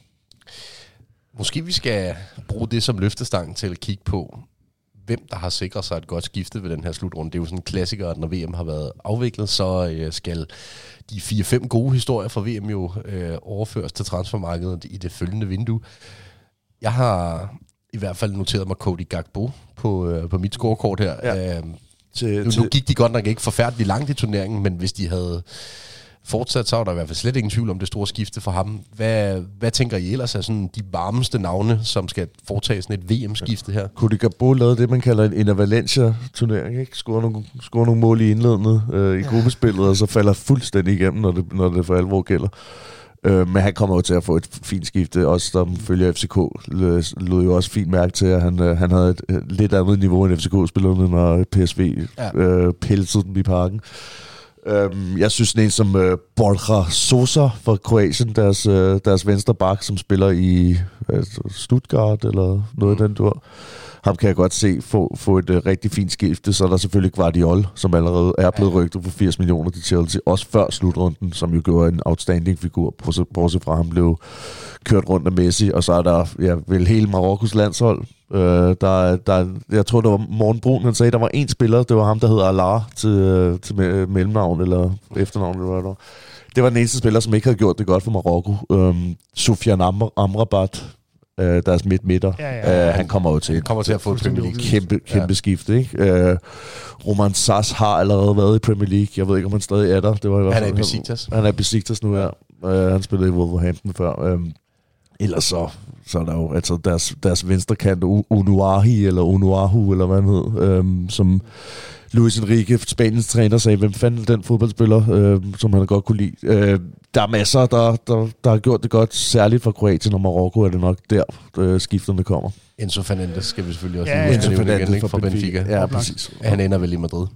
Måske vi skal bruge det som løftestang til at kigge på, hvem der har sikret sig et godt skifte ved den her slutrunde. Det er jo sådan en klassiker, at når V M har været afviklet, så øh, skal de fire fem gode historier fra V M jo øh, overføres til transfermarkedet i det følgende vindue. Jeg har i hvert fald noteret mig Cody Gakpo på, øh, på mit scorekort her. Ja. Øh, til, nu, til... nu gik de godt nok ikke forfærdeligt langt i turneringen, men hvis de havde... fortsat, så var der i hvert fald slet ingen tvivl om det store skifte for ham. Hvad, hvad tænker I ellers er sådan de varmeste navne, som skal foretage sådan et V M-skifte her? Cody Gakpo lavede det, man kalder en, en Valencia-turnering, ikke? Scorer nogle, scorer nogle mål i indledende øh, i ja. gruppespillet, og så falder fuldstændig igennem, når det, når det for alvor gælder. Øh, men han kommer jo til at få et fint skifte, også som følger F C K, lød jo også fint mærke til, at han, øh, han havde et, et lidt andet niveau end F C K-spillerne, når P S V ja. øh, pelsede dem i parken. Um, jeg synes, en som uh, Borja Sosa fra Kroatien, deres, uh, deres venstre bak, som spiller i uh, Stuttgart eller noget mm. den tur, ham kan jeg godt se få, få et uh, rigtig fint skifte. Så er der selvfølgelig Guardiol, som allerede er blevet ja. rygtet for firs millioner til Chelsea, også før slutrunden, som jo gjorde en outstanding figur, bortset fra ham blev kørt rundt af Messi, og så er der ja, vel hele Marokkos landshold. Uh, der, der, jeg tror, det var Morten Brun, han sagde, der var en spiller, det var ham, der hedder Alar til, til me- mellemnavn eller efternavn, eller hvad der var. Det var den eneste spiller, som ikke havde gjort det godt for Marokko. Um, Soufiane Am- Amrabat, uh, deres midt-midter, ja, ja. Uh, han kommer jo til, kommer til at få et Premier League. Kæmpe, kæmpe ja. skifte, ikke? Uh, Roman Sass har allerede været i Premier League. Jeg ved ikke, om han stadig er der. Det var i hvert fald, han er i Besiktas. Han er i Besiktas nu, ja. Uh, han spillede i Wolverhampton før. Um, ellers så, så er der jo altså deres, deres venstrekant, Unuahi, eller Unuahu, eller hvad han hed, um, som Luis Enrique, Spaniens træner, sagde, hvem fanden den fodboldspiller, øh, som han godt kunne lide. Øh, der er masser, der, der, der har gjort det godt, særligt for Kroatien og Marokko, er det nok der, øh, skifterne kommer. Enzo Fernandes skal vi selvfølgelig også ja, lige Enzo Fernandes igen, fra Benfica. Benfica. Ja, præcis. Han ender vel i Madrid.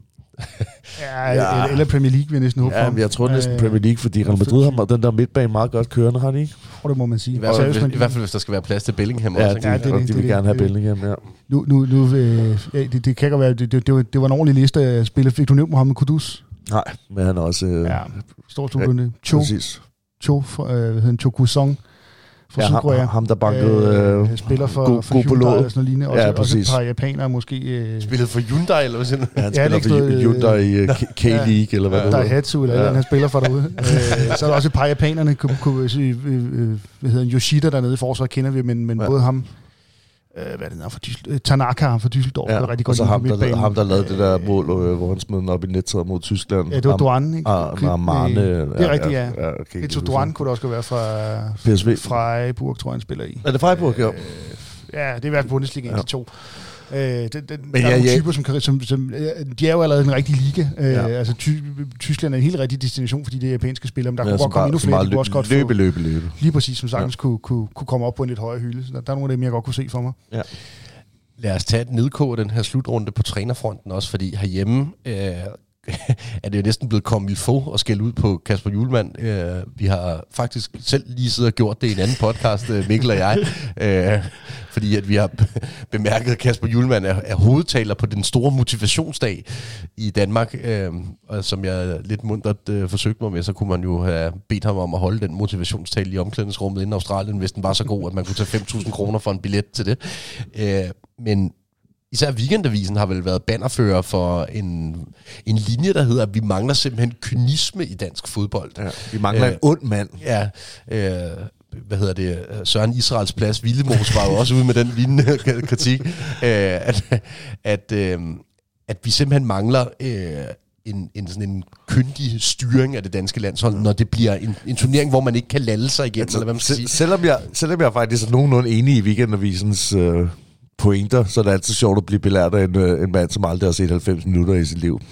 ja, ja, eller Premier League, vil jeg næsten håbe ja, for. Jeg tror næsten øh, Premier League, fordi Real Madrid har den der midtbane meget godt kørende, har de ikke? Og det må man sige. I hvert fald, hvis, i hvert fald hvis der skal være plads til Bellingham ja, også. De, ja, det, og de det, vil det, gerne have det, Bellingham, ja. Nu, nu, nu øh, ja, det, det kan godt være, det, det, det, var, det var en ordentlig liste af spillere. Fik du nævnt Mohamed Kudus? Nej, men han er også... Øh, ja, stor studierne. Ja, Cho, præcis. Cho, øh, hvad hedder han, Cho Kusong fra ja, Sydkorea. Ham, ham der bankede... Øh, spiller for, go, for Hyundai eller sådan noget lignende. Også, ja, også et par japanere måske. Øh, Spillet for Hyundai, eller hvad siger du? Ja, han spiller ja, for Hyundai i uh, K-League, ja, eller hvad ja, det hedder. Daihatsu, eller ja. Han spiller for derude. øh, så er der også et par japanerne, kunne, kunne, øh, øh, hvad hedder Yoshida dernede i forsvaret, kender vi, men, men ja. både ham, øh, hvad er det der, for Düsseldorf, Tanaka fra Düsseldorf, ja, rigtig godt. Og så ham, der, ham, der lavede det der mål, øh, hvor han smed den op i nettaget mod Tyskland. Ja, det var Duan, ikke? Ah, Marne. Det er rigtigt, ja. ja okay, det tog Duan, kunne det også være fra P S V. Freiburg, tror jeg, han spiller i. Er det Freiburg, ja? Ja, det er i hvert fald Bundesliga, ja. De to. Øh, den, den, men der ja, er nogle ja. typer, som, kan, som, som de er jo allerede en rigtig liga. Øh, ja. Altså ty, Tyskland er en helt rigtig destination for de der japanske spillere, men der ja, kunne godt komme endnu flere. De kunne også godt løbe, løbe, løbe. Lige præcis, som sagtens ja. kunne, kunne, kunne komme op på en lidt højere hylde. Så der, der er nogle af dem, jeg godt kunne se for mig. Ja. Lad os tage et nedkog den her slutrunde på trænerfronten også, fordi herhjemme øh, er det jo næsten blevet comme il faut at skælde ud på Kasper Hjulmand. Øh, vi har faktisk selv lige siddet og gjort det i en anden podcast, Mikkel og jeg, øh, fordi at vi har bemærket, at Kasper Hjulmand er, er hovedtaler på den store motivationsdag i Danmark, øh, og som jeg lidt muntert øh, forsøgte mig med, så kunne man jo have bedt ham om at holde den motivationstal i omklædningsrummet inden Australien, hvis den var så god, at man kunne tage fem tusind kroner for en billet til det. Øh, men især Weekendavisen har vel været bannerfører for en, en linje, der hedder, at vi mangler simpelthen kynisme i dansk fodbold. Ja, vi mangler øh, en ond mand. Ja, øh, hvad hedder det? Søren Israels Plads, Vildemos var jo også ude med den lignende kritik, øh, at, at, øh, at vi simpelthen mangler øh, en, en, sådan en kyndig styring af det danske landshold, når det bliver en, en turnering, hvor man ikke kan lalde sig igennem, altså, eller hvad man skal sige. Selvom jeg, selvom jeg faktisk er nogenlunde enig i Weekendavisens øh, pointer, så er det altid sjovt at blive belært af en, en mand, som aldrig har set halvfems minutter i sit liv.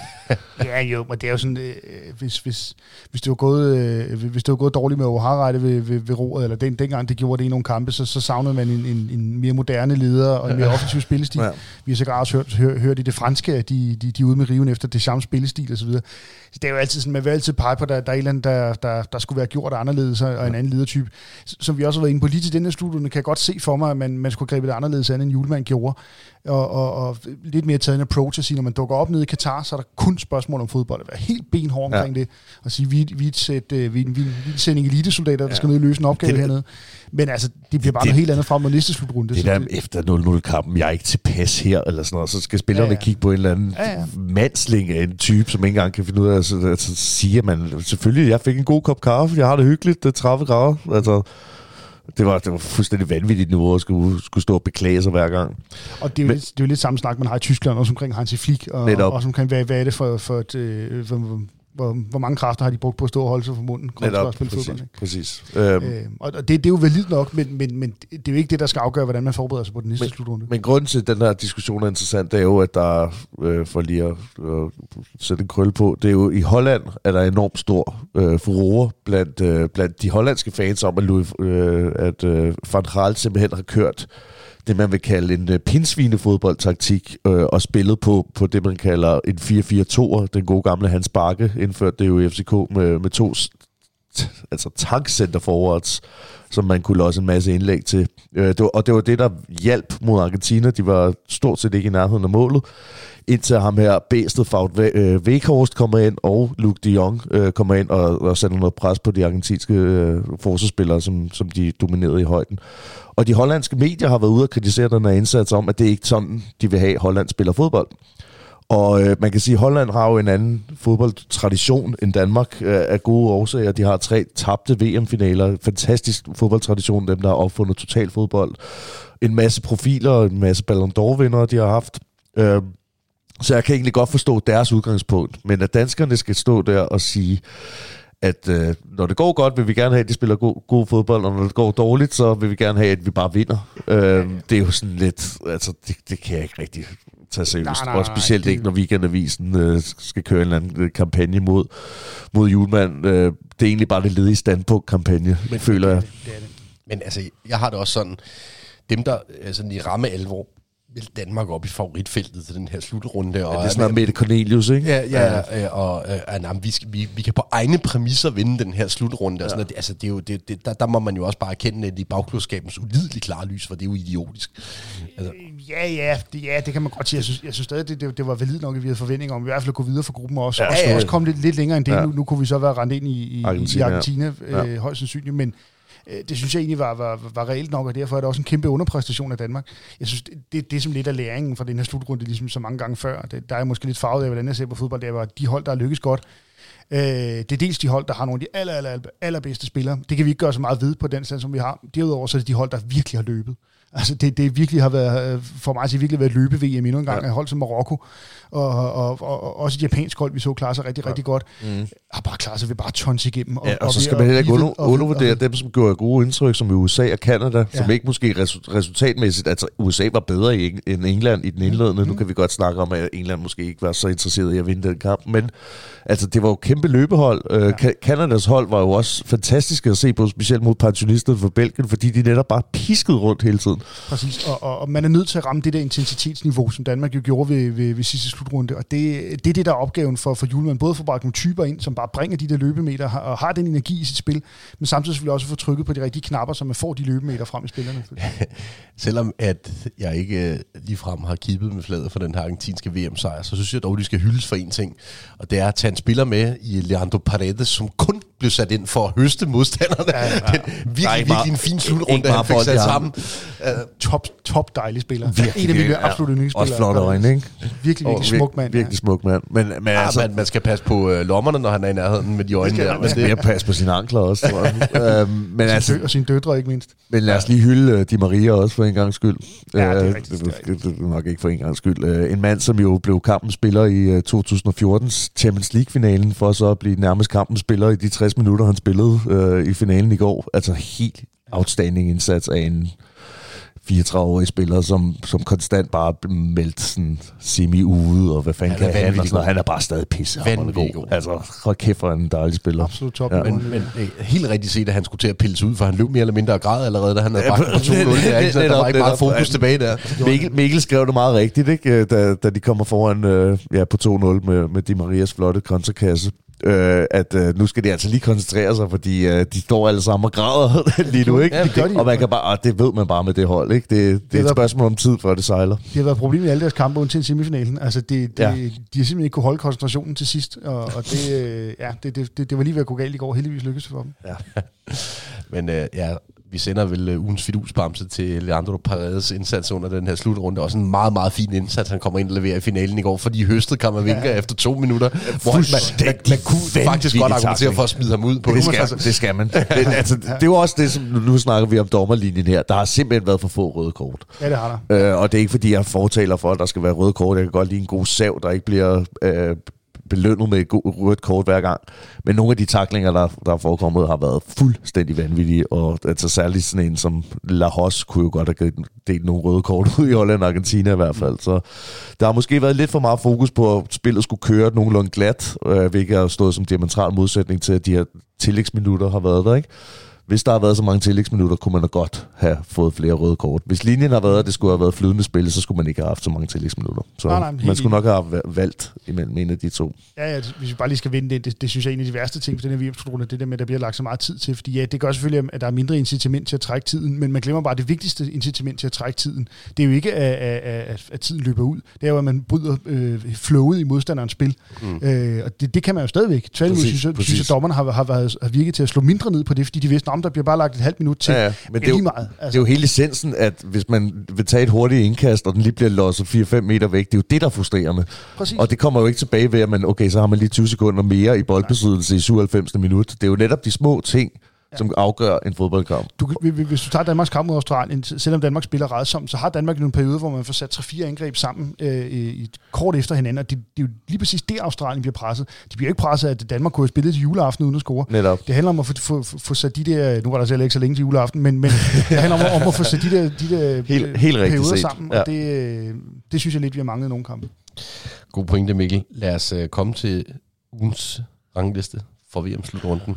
Ja, jo, men det er jo sådan, øh, hvis, hvis, hvis, det var gået, øh, hvis det var gået dårligt med O'Harreide ved, ved, ved roret, eller den, dengang det gjorde det i nogle kampe, så, så savnede man en, en, en mere moderne leder og en mere offensiv spillestil. Ja. Vi har så også hørt, hør, hørt i det franske, at de, de, de er ude med riven efter Deschamps spillestil og så videre. Så det er jo altid sådan, man vil altid pege på, at der, der er et eller andet, der, der, der skulle være gjort anderledes og en anden ledertype. Som vi også har været inde på lige til denne studie, kan jeg godt se for mig, at man, man skulle gribe det anderledes an, end Hjulmand gjorde. Og, og, og lidt mere taget en approach at sige, når man dukker op nede i Katar, så er der kun spørgsmål om fodbold. At være helt benhård omkring ja. det. Og sige, vi, vi, er et sæt, vi, vi, vi er en sending elitesoldater, der ja. skal ned og løse en opgave det, hernede. Men altså, det bliver bare det, noget helt andet frem mod næste slutrunde. Det der det, efter nul nul-kampen, jeg er ikke tilpas her, eller sådan noget, så skal spillerne ja, ja. kigge på en eller anden ja, ja. mandsling af en type, som ikke engang kan finde ud af at altså, altså, sige, at man selvfølgelig, jeg fik en god kop kaffe, jeg har det hyggeligt, det er tredive grader, altså... Det var, det var fuldstændig vanvittigt niveau at skulle, skulle stå og beklage sig hver gang. Og det er jo, Men, lidt, det er jo lidt samme snak, man har i Tyskland, også omkring Hansi Flick, og, og også omkring, hvad, hvad er det for, for et, øh, hvor, hvor, hvor mange kræfter har de brugt på at stå og holde sig for munden? Netop, præcis. Fodbold, præcis. Øh, og det, det er jo validt nok, men, men, men det er jo ikke det, der skal afgøre, hvordan man forbereder sig på den næste men, slutrunde. Men grunden til, at den her diskussion er interessant, det er jo, at der, øh, for lige at øh, sætte en krølle på, det er jo i Holland, er der enormt stor øh, furore blandt, øh, blandt de hollandske fans om, at, Louis, øh, at øh, Van Gaal simpelthen har kørt det, man vil kalde en øh, pindsvinefodboldtaktik, øh, og spillet på, på det, man kalder en fire fire to'er. Den gode gamle Hans Bakke indførte det jo i F C K med, med to t- altså tankcenter forwards, som man kunne låse en masse indlæg til. Øh, det var, og det var det, der hjalp mod Argentina. De var stort set ikke i nærheden af målet, indtil ham her bæstet Fout Weghorst kommer ind, og Luke de Jong øh, kommer ind og, og sætter noget pres på de argentinske øh, forsvarsspillere, som, som de dominerede i højden. Og de hollandske medier har været ude og kritisere den her indsats om, at det ikke er sådan, de vil have, Holland spiller fodbold. Og øh, man kan sige, at Holland har jo en anden fodboldtradition end Danmark øh, af gode årsager. De har tre tabte V M-finaler. Fantastisk fodboldtradition, dem der har opfundet total fodbold. En masse profiler og en masse Ballon d'Or-vindere, de har haft. Øh, så jeg kan egentlig godt forstå deres udgangspunkt. Men at danskerne skal stå der og sige, at øh, når det går godt, vil vi gerne have, at de spiller god, god fodbold, og når det går dårligt, så vil vi gerne have, at vi bare vinder. Øh, det er jo sådan lidt, altså det, det kan jeg ikke rigtig tage seriøst. Nej, nej, og specielt nej, ikke, når Weekendavisen øh, skal køre en eller anden kampagne mod, mod Julemand. Øh, det er egentlig bare det ledige standpunkt-kampagne, men, føler jeg. Det er det. Men altså, jeg har det også sådan, dem der altså, i ramme alvor, vil Danmark op i favoritfeltet til den her slutrunde. Og ja, det er sådan Mette Cornelius, ikke? Ja, ja, ja og øh, nej, vi, skal, vi, vi kan på egne præmisser vinde den her slutrunde. Ja. Og sådan, at, altså, det er jo, det, det, der, der må man jo også bare erkende, at i bagklodskabens ulideligt klare lys, for det er jo idiotisk. Altså. Ja, ja det, ja, det kan man godt sige. Jeg synes, jeg synes stadig, det, det, det var valid nok, at vi havde forventninger om, at vi i hvert fald gå videre for gruppen også. Ja, og ja, ja. også komme lidt, lidt længere end det. Ja. Nu, nu kunne vi så være rendt ind i, i Argentina, i Argentina ja. øh, højst sandsynligt, men det synes jeg egentlig var, var, var reelt nok, og derfor er det også en kæmpe underpræstation af Danmark. Jeg synes, det, det, det er som lidt af læringen fra den her slutrunde, ligesom så mange gange før. Det, der er måske lidt farvet af, hvordan jeg ser på fodbold. Det var de hold, der lykkes godt. Øh, det er dels de hold, der har nogle af de aller, aller, aller, allerbedste spillere. Det kan vi ikke gøre så meget ved på den stand, som vi har. Derudover så er det de hold, der virkelig har løbet. Altså det, det virkelig har været, for mig har virkelig været løbe-V M endnu en gang. Ja. Hold som Marokko, og, og, og, og også et japansk hold, vi så klare sig rigtig, ja. rigtig godt. Mm. Har bare klaret sig ved bare tons igennem. Og, ja, og, og så skal man heller ikke under, undervurdere dem, som gjorde gode indtryk, som i U S A og Canada, ja. som ikke måske resultatmæssigt, altså U S A var bedre end England i den indledende. Mm. Nu kan vi godt snakke om, at England måske ikke var så interesseret i at vinde den kamp, men altså det var jo kæmpe løbehold. Ja. Canadas hold var jo også fantastisk at se på, specielt mod pensionisterne for Belgien, fordi de netop bare piskede rundt hele tiden. Præcis, og, og, og man er nødt til at ramme det der intensitetsniveau, som Danmark jo gjorde ved, ved, ved sidste slutrunde, og det, det er det, der er opgaven for, for Julemand, både for at brække nogle typer ind, som bare bringer de der løbemeter, og har den energi i sit spil, men samtidig selvfølgelig også få trykket på de rigtige knapper, så man får de løbemeter frem i spillerne. Selvom at jeg ikke ligefrem har kippet med fladet for den her argentinske V M-sejr, så synes jeg dog, de skal hyldes for en ting, og det er at tage en spiller med i Leandro Paredes, som kun blev sat ind for at høste modstanderne. Ja, ja. Den virkelig, Nej, virkelig bare, en fin slutrunde, han fik sat sammen. Uh, top, top dejlig spiller. Virkelig, en af mine absolutte yndlingsspillere. Også flot øjne, ikke? Virkelig, virkelig smuk mand. Virkelig ja. smuk mand. Men, men ja, altså, man, man skal passe på øh, lommerne, når han er i nærheden med de øjne skal, der. Man skal mere passe på sine ankler også, tror jeg. øhm, men sin altså, dø, og sine døtre ikke mindst. Men lad os lige hylde uh, Di Maria også for en gang skyld. Ja, det er rigtigt. Det, det, det er nok ikke for en gang skyld. Uh, en mand, som jo blev kampens spiller i uh, to tusind og fjortens Champions League-finalen, for så at blive nærmest kampens spiller i de tres minutter, han spillede uh, i finalen i går. Altså helt outstanding indsats af en fireogtredive-årige spiller, som, som konstant bare meldt sådan semi-ude, og hvad fanden kan han, og sådan, han er bare stadig pisse. God. Altså, hold kæft for en dejlig spiller. Absolut top. Ja. Men, men helt rigtigt set, at han skulle til at pille sig ud, for han løb mere eller mindre af grad allerede, da han havde bragt på to nul. Der, der var ikke meget fokus tilbage der. Mikkel, Mikkel skrev det meget rigtigt, ikke? Da, da de kommer foran øh, ja, på to nul med, med Di Marias flotte kontrakasse. Øh, at øh, nu skal de altså lige koncentrere sig, fordi øh, de står alle sammen og græder lige nu, ikke? Ja, det gør de. Og man kan bare, det ved man bare med det hold, ikke? Det, det, det er et spørgsmål om tid, før det sejler. Det har været et problem i alle deres kampe undtil semifinalen. Altså, det, det, ja. De har simpelthen ikke kunne holde koncentrationen til sidst, og, og det, øh, ja, det, det, det, det var lige ved at gå galt i går. Heldigvis lykkedes for dem. Ja. Men øh, ja, vi sender vel uh, ugens fidusbamse til Leandro Paredes indsats under den her slutrunde. Også en meget, meget fin indsats, han kommer ind og leverer i finalen i går, fordi høstet Kammervinga ja. efter to minutter. Hvor man, man, man kunne faktisk godt argumentere for at smide ham ud på det. Skal, det skal man. det, altså, det er jo også det, som nu snakker vi om dommerlinjen her. Der har simpelthen været for få røde kort. Ja, det har der. Øh, og det er ikke, fordi jeg fortaler for, at der skal være røde kort. Jeg kan godt lide en god sav, der ikke bliver Øh, belønnet med et rødt kort hver gang. Men nogle af de taklinger, der, der er forekommet, har været fuldstændig vanvittige. Og altså særligt sådan en som Lajos kunne jo godt have delt nogle røde kort ud i Holland og Argentina i hvert fald. Så der har måske været lidt for meget fokus på, at spillet skulle køre nogenlunde glat, øh, hvilket har stået som diametral modsætning til, at de her tillægsminutter har været der, ikke? hvis der har været så mange tillægsminutter, kunne man da godt have fået flere røde kort. Hvis linjen har været, at det skulle have været flydende spil, så skulle man ikke have haft så mange tillægsminutter. Så nej, nej, man skulle nok have valgt imellem en af de to. Ja, ja, hvis vi bare lige skal vinde det, det, det synes jeg er en af de værste ting for den her V M-slutrunde, det der med, at der bliver lagt så meget tid til. Fordi ja, det gør selvfølgelig, at der er mindre incitament til at trække tiden, men man glemmer bare, at det vigtigste incitament til at trække tiden, det er jo ikke, at, at, at tiden løber ud. Det er jo, at man bryder øh, flowet i modstanderens spil. Mm. Øh, og det, det kan man jo stadigvæk. Tværtimod synes jeg, synes, at dommerne har, har, været, har virket til at slå mindre ned på det, fordi de vidste, om der bliver bare lagt et halvt minut til. Ja, ja. Men det er, jo, meget, altså. Det er jo hele essensen, at hvis man vil tage et hurtigt indkast, og den lige bliver losset fire fem meter væk, det er jo det, der er frustrerende. Præcis. Og det kommer jo ikke tilbage ved, at man, okay, så har man lige tyve sekunder mere i boldbesiddelse i syvoghalvfems minut. Det er jo netop de små ting, ja, som afgør en fodboldkamp. Du, hvis du tager Danmarks kamp mod Australien, selvom Danmark spiller rædsomt, så har Danmark nogle perioder, hvor man får sat tre fire angreb sammen øh, i, kort efter hinanden, og det, det er jo lige præcis det, Australien bliver presset. De bliver ikke presset, at Danmark kunne have spillet til juleaften uden at score. Netop. Det handler om at få, få, få, få sat de der, nu var der selv ikke så længe til juleaften, men, men det handler om, om at få sat de der, de der helt, helt perioder sammen, ja, og det, det synes jeg lidt, vi har manglet i nogle kampe. God pointe, Mikkel. Lad os uh, komme til ugens rangliste for V M-slutrunden.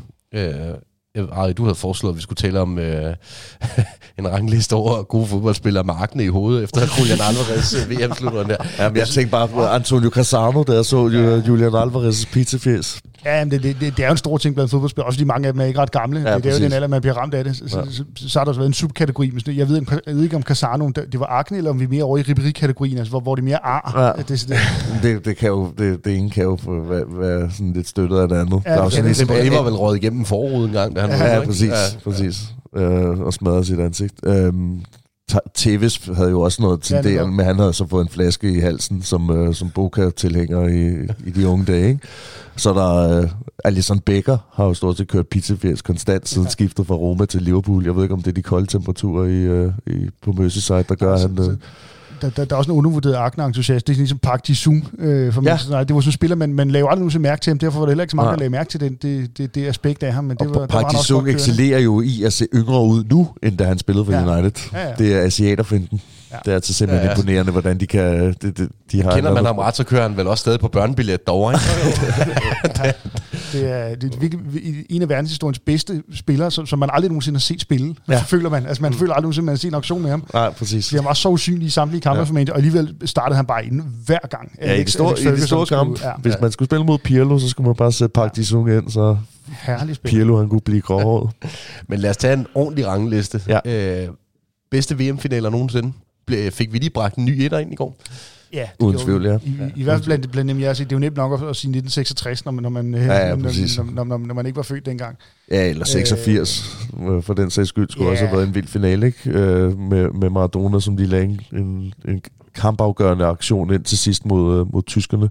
Uh, Ari, du havde foreslået, at vi skulle tale om øh, en rangliste over gode fodboldspillere med akne i hovedet, efter Julian Alvarez V M-slutrunde. Ja, jeg tænkte bare på Antonio Cassano, da jeg så Julian Alvarez' pizzafjes. Ja, men det, det, det er jo en stor ting blandt fodboldspillere, også fordi mange af dem er ikke ret gamle. Ja, det, det er jo den alder, man bliver ramt af det. Så, ja. så, så, så har der også været en subkategori. Jeg ved, jeg ved ikke, om Cassano, det var akne, eller om vi er mere over i Ribéry-kategorien, altså, hvor, hvor det er mere ar. Ja. Det, det. Det, det, kan jo, det, det ene kan jo være, være sådan lidt støttet af det andet. Ja, det, det, det, det var vel røget igennem forruden en gang, da han ja, var ja, præcis, ja, præcis. Øh, og smadrede sit ansigt. Øhm, Tevez havde jo også noget til ja, det, men han havde så fået en flaske i halsen som, øh, som Boca-tilhænger i, i de unge dage. Ikke? Så der øh, Alisson Becker har jo stort set kørt pizzafjes konstant siden ja. skiftet fra Roma til Liverpool. Jeg ved ikke, om det er de kolde temperaturer i, øh, i, på Merseyside, der gør ja, han... Øh, Der, der, der er også en undervurderet Akne-entusiast. Det er ligesom Park Ji-sung øh, for ja. Manchester United. Det var sådan en spiller, man, man laver aldrig nogen til mærke til ham. Derfor var det heller ikke så mange, der lagde mærke til det, det, det, det aspekt af ham. Men det og var, Park Ji-sung excellerer jo i at se yngre ud nu, end da han spillede for ja. United. Ja, ja. Det er asiaterfinden. Ja. Det er altså simpelthen ja, ja. imponerende, hvordan de kan... De, de, de har Kender man ham ret, så kører han vel også stadig på børnebillet derovre, ikke? ja. Det er, det er virkelig en af verdenshistoriens bedste spillere, som, som man aldrig nogensinde har set spille. Ja. Så føler man. Altså man mm. føler aldrig nogensinde, man har set en aktion med ham. Nej, præcis. Fordi han var så usynlig i samtlige kampe ja. for Manchester, og alligevel startede han bare inden hver gang. Ja, i de store, i de store kampe. Ja. Hvis man skulle spille mod Pirlo, så skulle man bare sætte Park Ji-sung ind, så Pirlo han kunne blive gråhåret. Men lad os tage en ordentlig rangliste. Ja. Øh, bedste V M-finaler nogensinde. Fik vi lige bragt en ny etter ind i går? Ja, uden tvivl, ja. I, i, i hvert fald blandt, blandt dem, jeg har set, det er jo nemt nok at sige nitten seksogtres, når man, når man, ja, ja, når, når, når, når man ikke var født dengang. Ja, eller seksogfirs, øh, for den sags skyld, skulle ja. også have været en vild finale, ikke? Øh, med, med Maradona, som de lagde en, en kampafgørende aktion ind til sidst mod, mod tyskerne.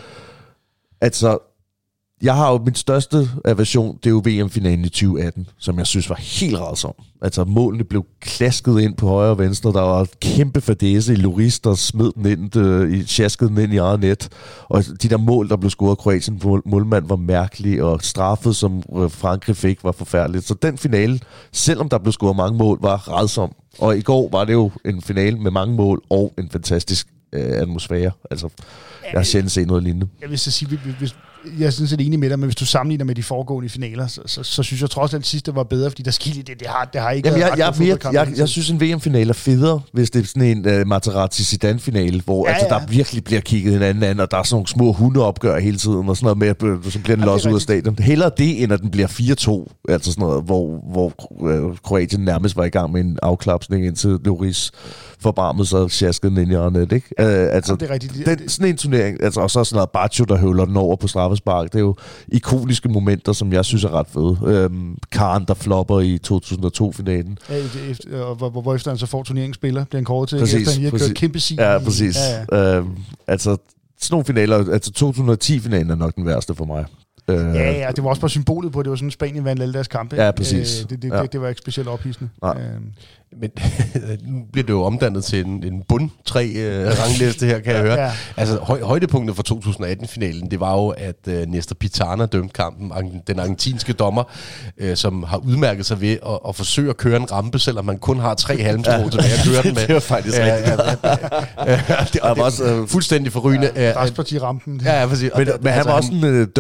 Altså, jeg har jo min største aversion, det er jo V M-finalen i tyve atten, som jeg synes var helt rædsom. Altså målene blev klasket ind på højre og venstre, der var et kæmpe fadese i Lloris, der smed den ind, øh, sjaskede den ind i eget net, og de der mål, der blev scoret af Kroatien mål, målmand, var mærkelige, og straffet, som Frankrig fik, var forfærdeligt. Så den finale, selvom der blev scoret mange mål, var rædsom. Og i går var det jo en finale med mange mål og en fantastisk øh, atmosfære. Altså, jeg har sjældent set noget lignende. Jeg vil så sige, hvis jeg er sådan set enig med dig, men hvis du sammenligner med de foregående finaler, så, så, så synes jeg trods alt, at sidste var bedre, fordi der skete det, det har, det har ikke Jamen, jeg, jeg, jeg, jeg, jeg, jeg synes, en V M-finale er federe, hvis det er sådan en uh, Materazzi-Zidane-finale, hvor ja, altså, der ja. virkelig bliver kigget hinanden an, og der er sådan nogle små hundeopgør hele tiden, og sådan noget med, at så bliver den ja, losset ud af stadion. Hellere det, end at den bliver fire to, altså sådan noget, hvor, hvor uh, Kroatien nærmest var i gang med en afklapsning, indtil Lloris forbarmede sig og sjaskede den ind i Arnet, ikke? Uh, altså, ja, det er rigtigt. Den, sådan en turnering, altså, og så sådan noget Baccio, der høvler den over på straffespark, det er jo ikoniske momenter, som jeg synes er ret fede. Øhm, Karen, der flopper i to tusind og to-finalen. Ja, efter, og hvor, hvor efter han så får turneringsspiller, bliver han kåret til, præcis, efter han lige har kørt kæmpe sig. Ja, præcis. Ja, ja. Øhm, altså, sådan nogle finaler, altså to tusind og ti-finalen er nok den værste for mig. Ja, ja, det var også bare symbolet på, at det var sådan, Spanien vandt alle deres kampe. Ja, præcis. Øh, det, det, ja. det, det var ikke specielt ophidsende. Nej. Øhm. Men nu bliver det jo omdannet til en, en bund tre øh, rangliste her, kan jeg høre. Ja. Altså høj, højdepunktet for to tusind og atten-finalen, det var jo, at øh, Néstor Pitana dømte kampen, den argentinske dommer, øh, som har udmærket sig ved at, at forsøge at køre en rampe, selvom man kun har tre halmstrå ja. tilbage at køre den med. Det var faktisk øh, rigtigt. Ja, ja, det var også øh, fuldstændig forrygende. Ja, Restparti-rampen. Ja, ja, præcis. Men, men han var også en øh, dørmand-fysik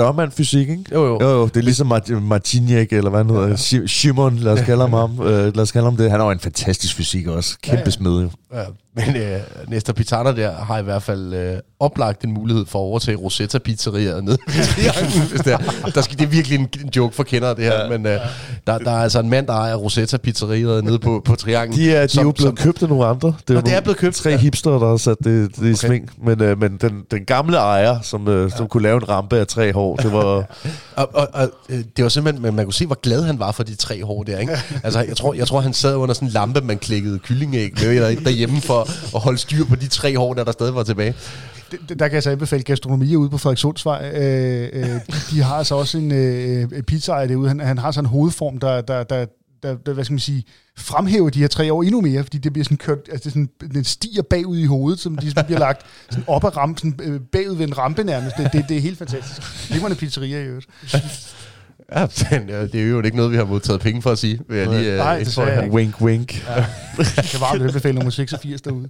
fysik, ikke? Jo, jo. Jo, jo, det er ligesom Mart- Marciniak, eller hvad han hedder, ja. Shimon, lad os kalde ham ham. Uh, lad os kalde ham det. Han har jo en fantastisk fysik også. Kæmpe ja, ja. smed, jo. Ja, men øh, Nestor Pitana der har i hvert fald øh, oplagt en mulighed for at overtage Rosetta Pizzeriaet ned. der, der skal, det er virkelig en, en joke for kendere, det her. Ja. Men øh, der, der er altså en mand, der ejer Rosetta Pizzeriaet nede på, på Triangel. De er, de som, er jo blevet som, købt af nogle andre. Det er, og det er blevet købt. Tre hipster, der har sat det, det i okay. sving. Men, øh, men den, den gamle ejer, som, øh, ja. som kunne lave en rampe af tre hår, det var... og, og, og det var simpelthen, man, man kunne se, hvor glad han var for de tre hår der, ikke? Altså, jeg tror, jeg tror han sad under sådan en lampe, man klikkede kyllingæg derhjemme for at holde styr på de tre hår, der der stadig var tilbage. Der kan jeg så anbefale gastronomier ude på Frederikssundsvej. Øh, øh, de, de har altså også en øh, pizzaejer derude. Han, han har sådan en hovedform, der, der, der, der, der hvad skal man sige, fremhæver de her tre år endnu mere, fordi det bliver sådan kørt, altså det sådan, den stiger bagud i hovedet, som de sådan bliver lagt sådan op ad rampen, sådan bagud ved en rampe nærmest. Det, det, det er helt fantastisk. Glimrende pizzeria i øvrigt. Ja, det er jo ikke noget, vi har modtaget penge for at sige. Vil jeg lige, Nej, det tror jeg ikke. Wink, wink. Ja. Jeg kan varmt anbefale nummer seksogfirs derude.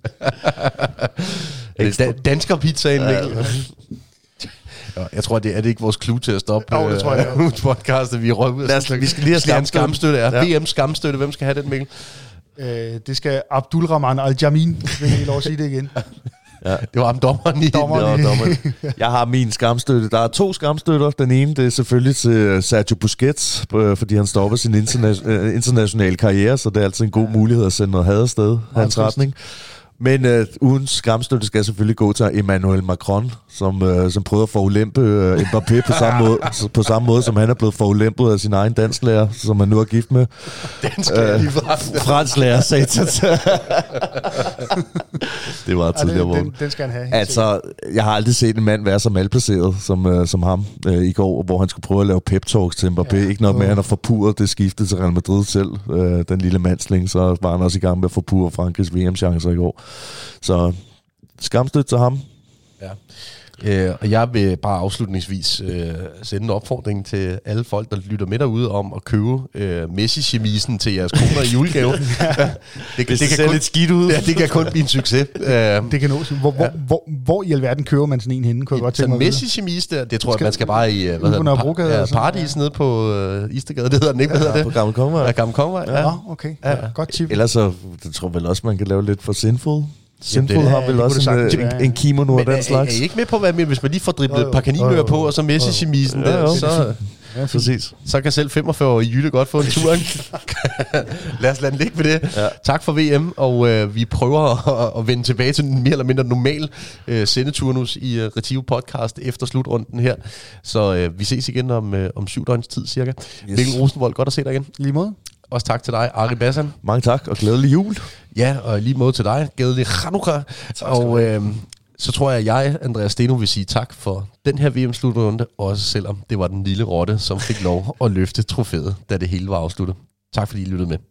Da, dansker pizzaen, Mikkel. Ja, jeg tror, det er det ikke vores clue til at stoppe jo, det tror jeg, uh, podcastet. Vi er røget ud af vi skal lige have skamstøtte. Ja. V M skamstøtte. Hvem skal have den, Mikkel? Øh, det skal Abdulrahman Al-Jamin. Vil jeg lov at sige det igen. Ja. Det var ham dommeren i. Dommeren i. Dommeren. Jeg har min skamstøtte. Der er to skamstøtter. Den ene, det er selvfølgelig til Sergio Busquets, fordi han stopper sin interna- internationale karriere, så det er altid en god mulighed at sende noget had afsted, hans retning. Men øh, ugens skamstøtte skal selvfølgelig gå til Emmanuel Macron, som, øh, som prøvede at forulempe øh, Mbappé på samme, måde, på samme måde, som han er blevet forulempet af sin egen dansklærer, som han nu er gift med. Dansklærer øh, lige fransklærer, satans. Det var tidligere, hvor... Den, den skal han have. Altså, jeg har aldrig set en mand være så malplaceret som, øh, som ham øh, i går, hvor han skulle prøve at lave pep-talks til Mbappé. Ja. Ikke noget med, at han har forpurret det skifte til Real Madrid selv, øh, den lille mandsling, så var han også i gang med at forpurre Frankrigs V M-chancer i går. Så skamstøt til ham. Ja. Øh, og jeg vil bare afslutningsvis øh, sende en opfordring til alle folk, der lytter med derude om at købe øh, Messi-chemisen til jeres koner i julegave. Ja. Det, det, det kan kun, lidt skidt ud. Ja, det kan kun blive en succes. Øh, det kan nås. Hvor, hvor, ja. hvor, hvor i alverden køber man sådan en henne? Kunne jeg godt tænke mig. Messi-chemis der, det tror jeg, man skal bare i hvad hedder pa- ja, Paradis nede på øh, Istergade. Det hedder den ikke, hvad hedder ja, det? På Gamle Kongevej. Ja, Gamle Kongevej. Ja. Ja, okay. Ja. Ja. Godt tip. Ellers så, det tror jeg vel også, man kan lave lidt for Sinful. Sinful Jamen, har vel ja, også en, en, ja, ja. en kimono af den er, slags. Er I ikke med på, hvad med, hvis man lige får driblet et par kaninører på, og så Messi-chemisen der, så... Ja, præcis. Så kan selv femogfyrre-årige Jytte godt få en tur. Lad os lade den ligge med det. Ja. Tak for V M, og øh, vi prøver at, at vende tilbage til en mere eller mindre normal øh, sendeturnus i øh, Retio Podcast efter slutrunden her. Så øh, vi ses igen om, øh, om syv døgns tid cirka. Yes. Mikkel Rosenvold, godt at se dig igen. Lige måde. Også tak til dig, Ari Bassan. Mange tak, og glædelig jul. Ja, og lige måde til dig. Glædelig Chanukka. Og øh, så tror jeg, at jeg, Andreas Steno, vil sige tak for den her V M-slutrunde, også selvom det var den lille rotte, som fik lov at løfte trofæet, da det hele var afsluttet. Tak fordi I lyttede med.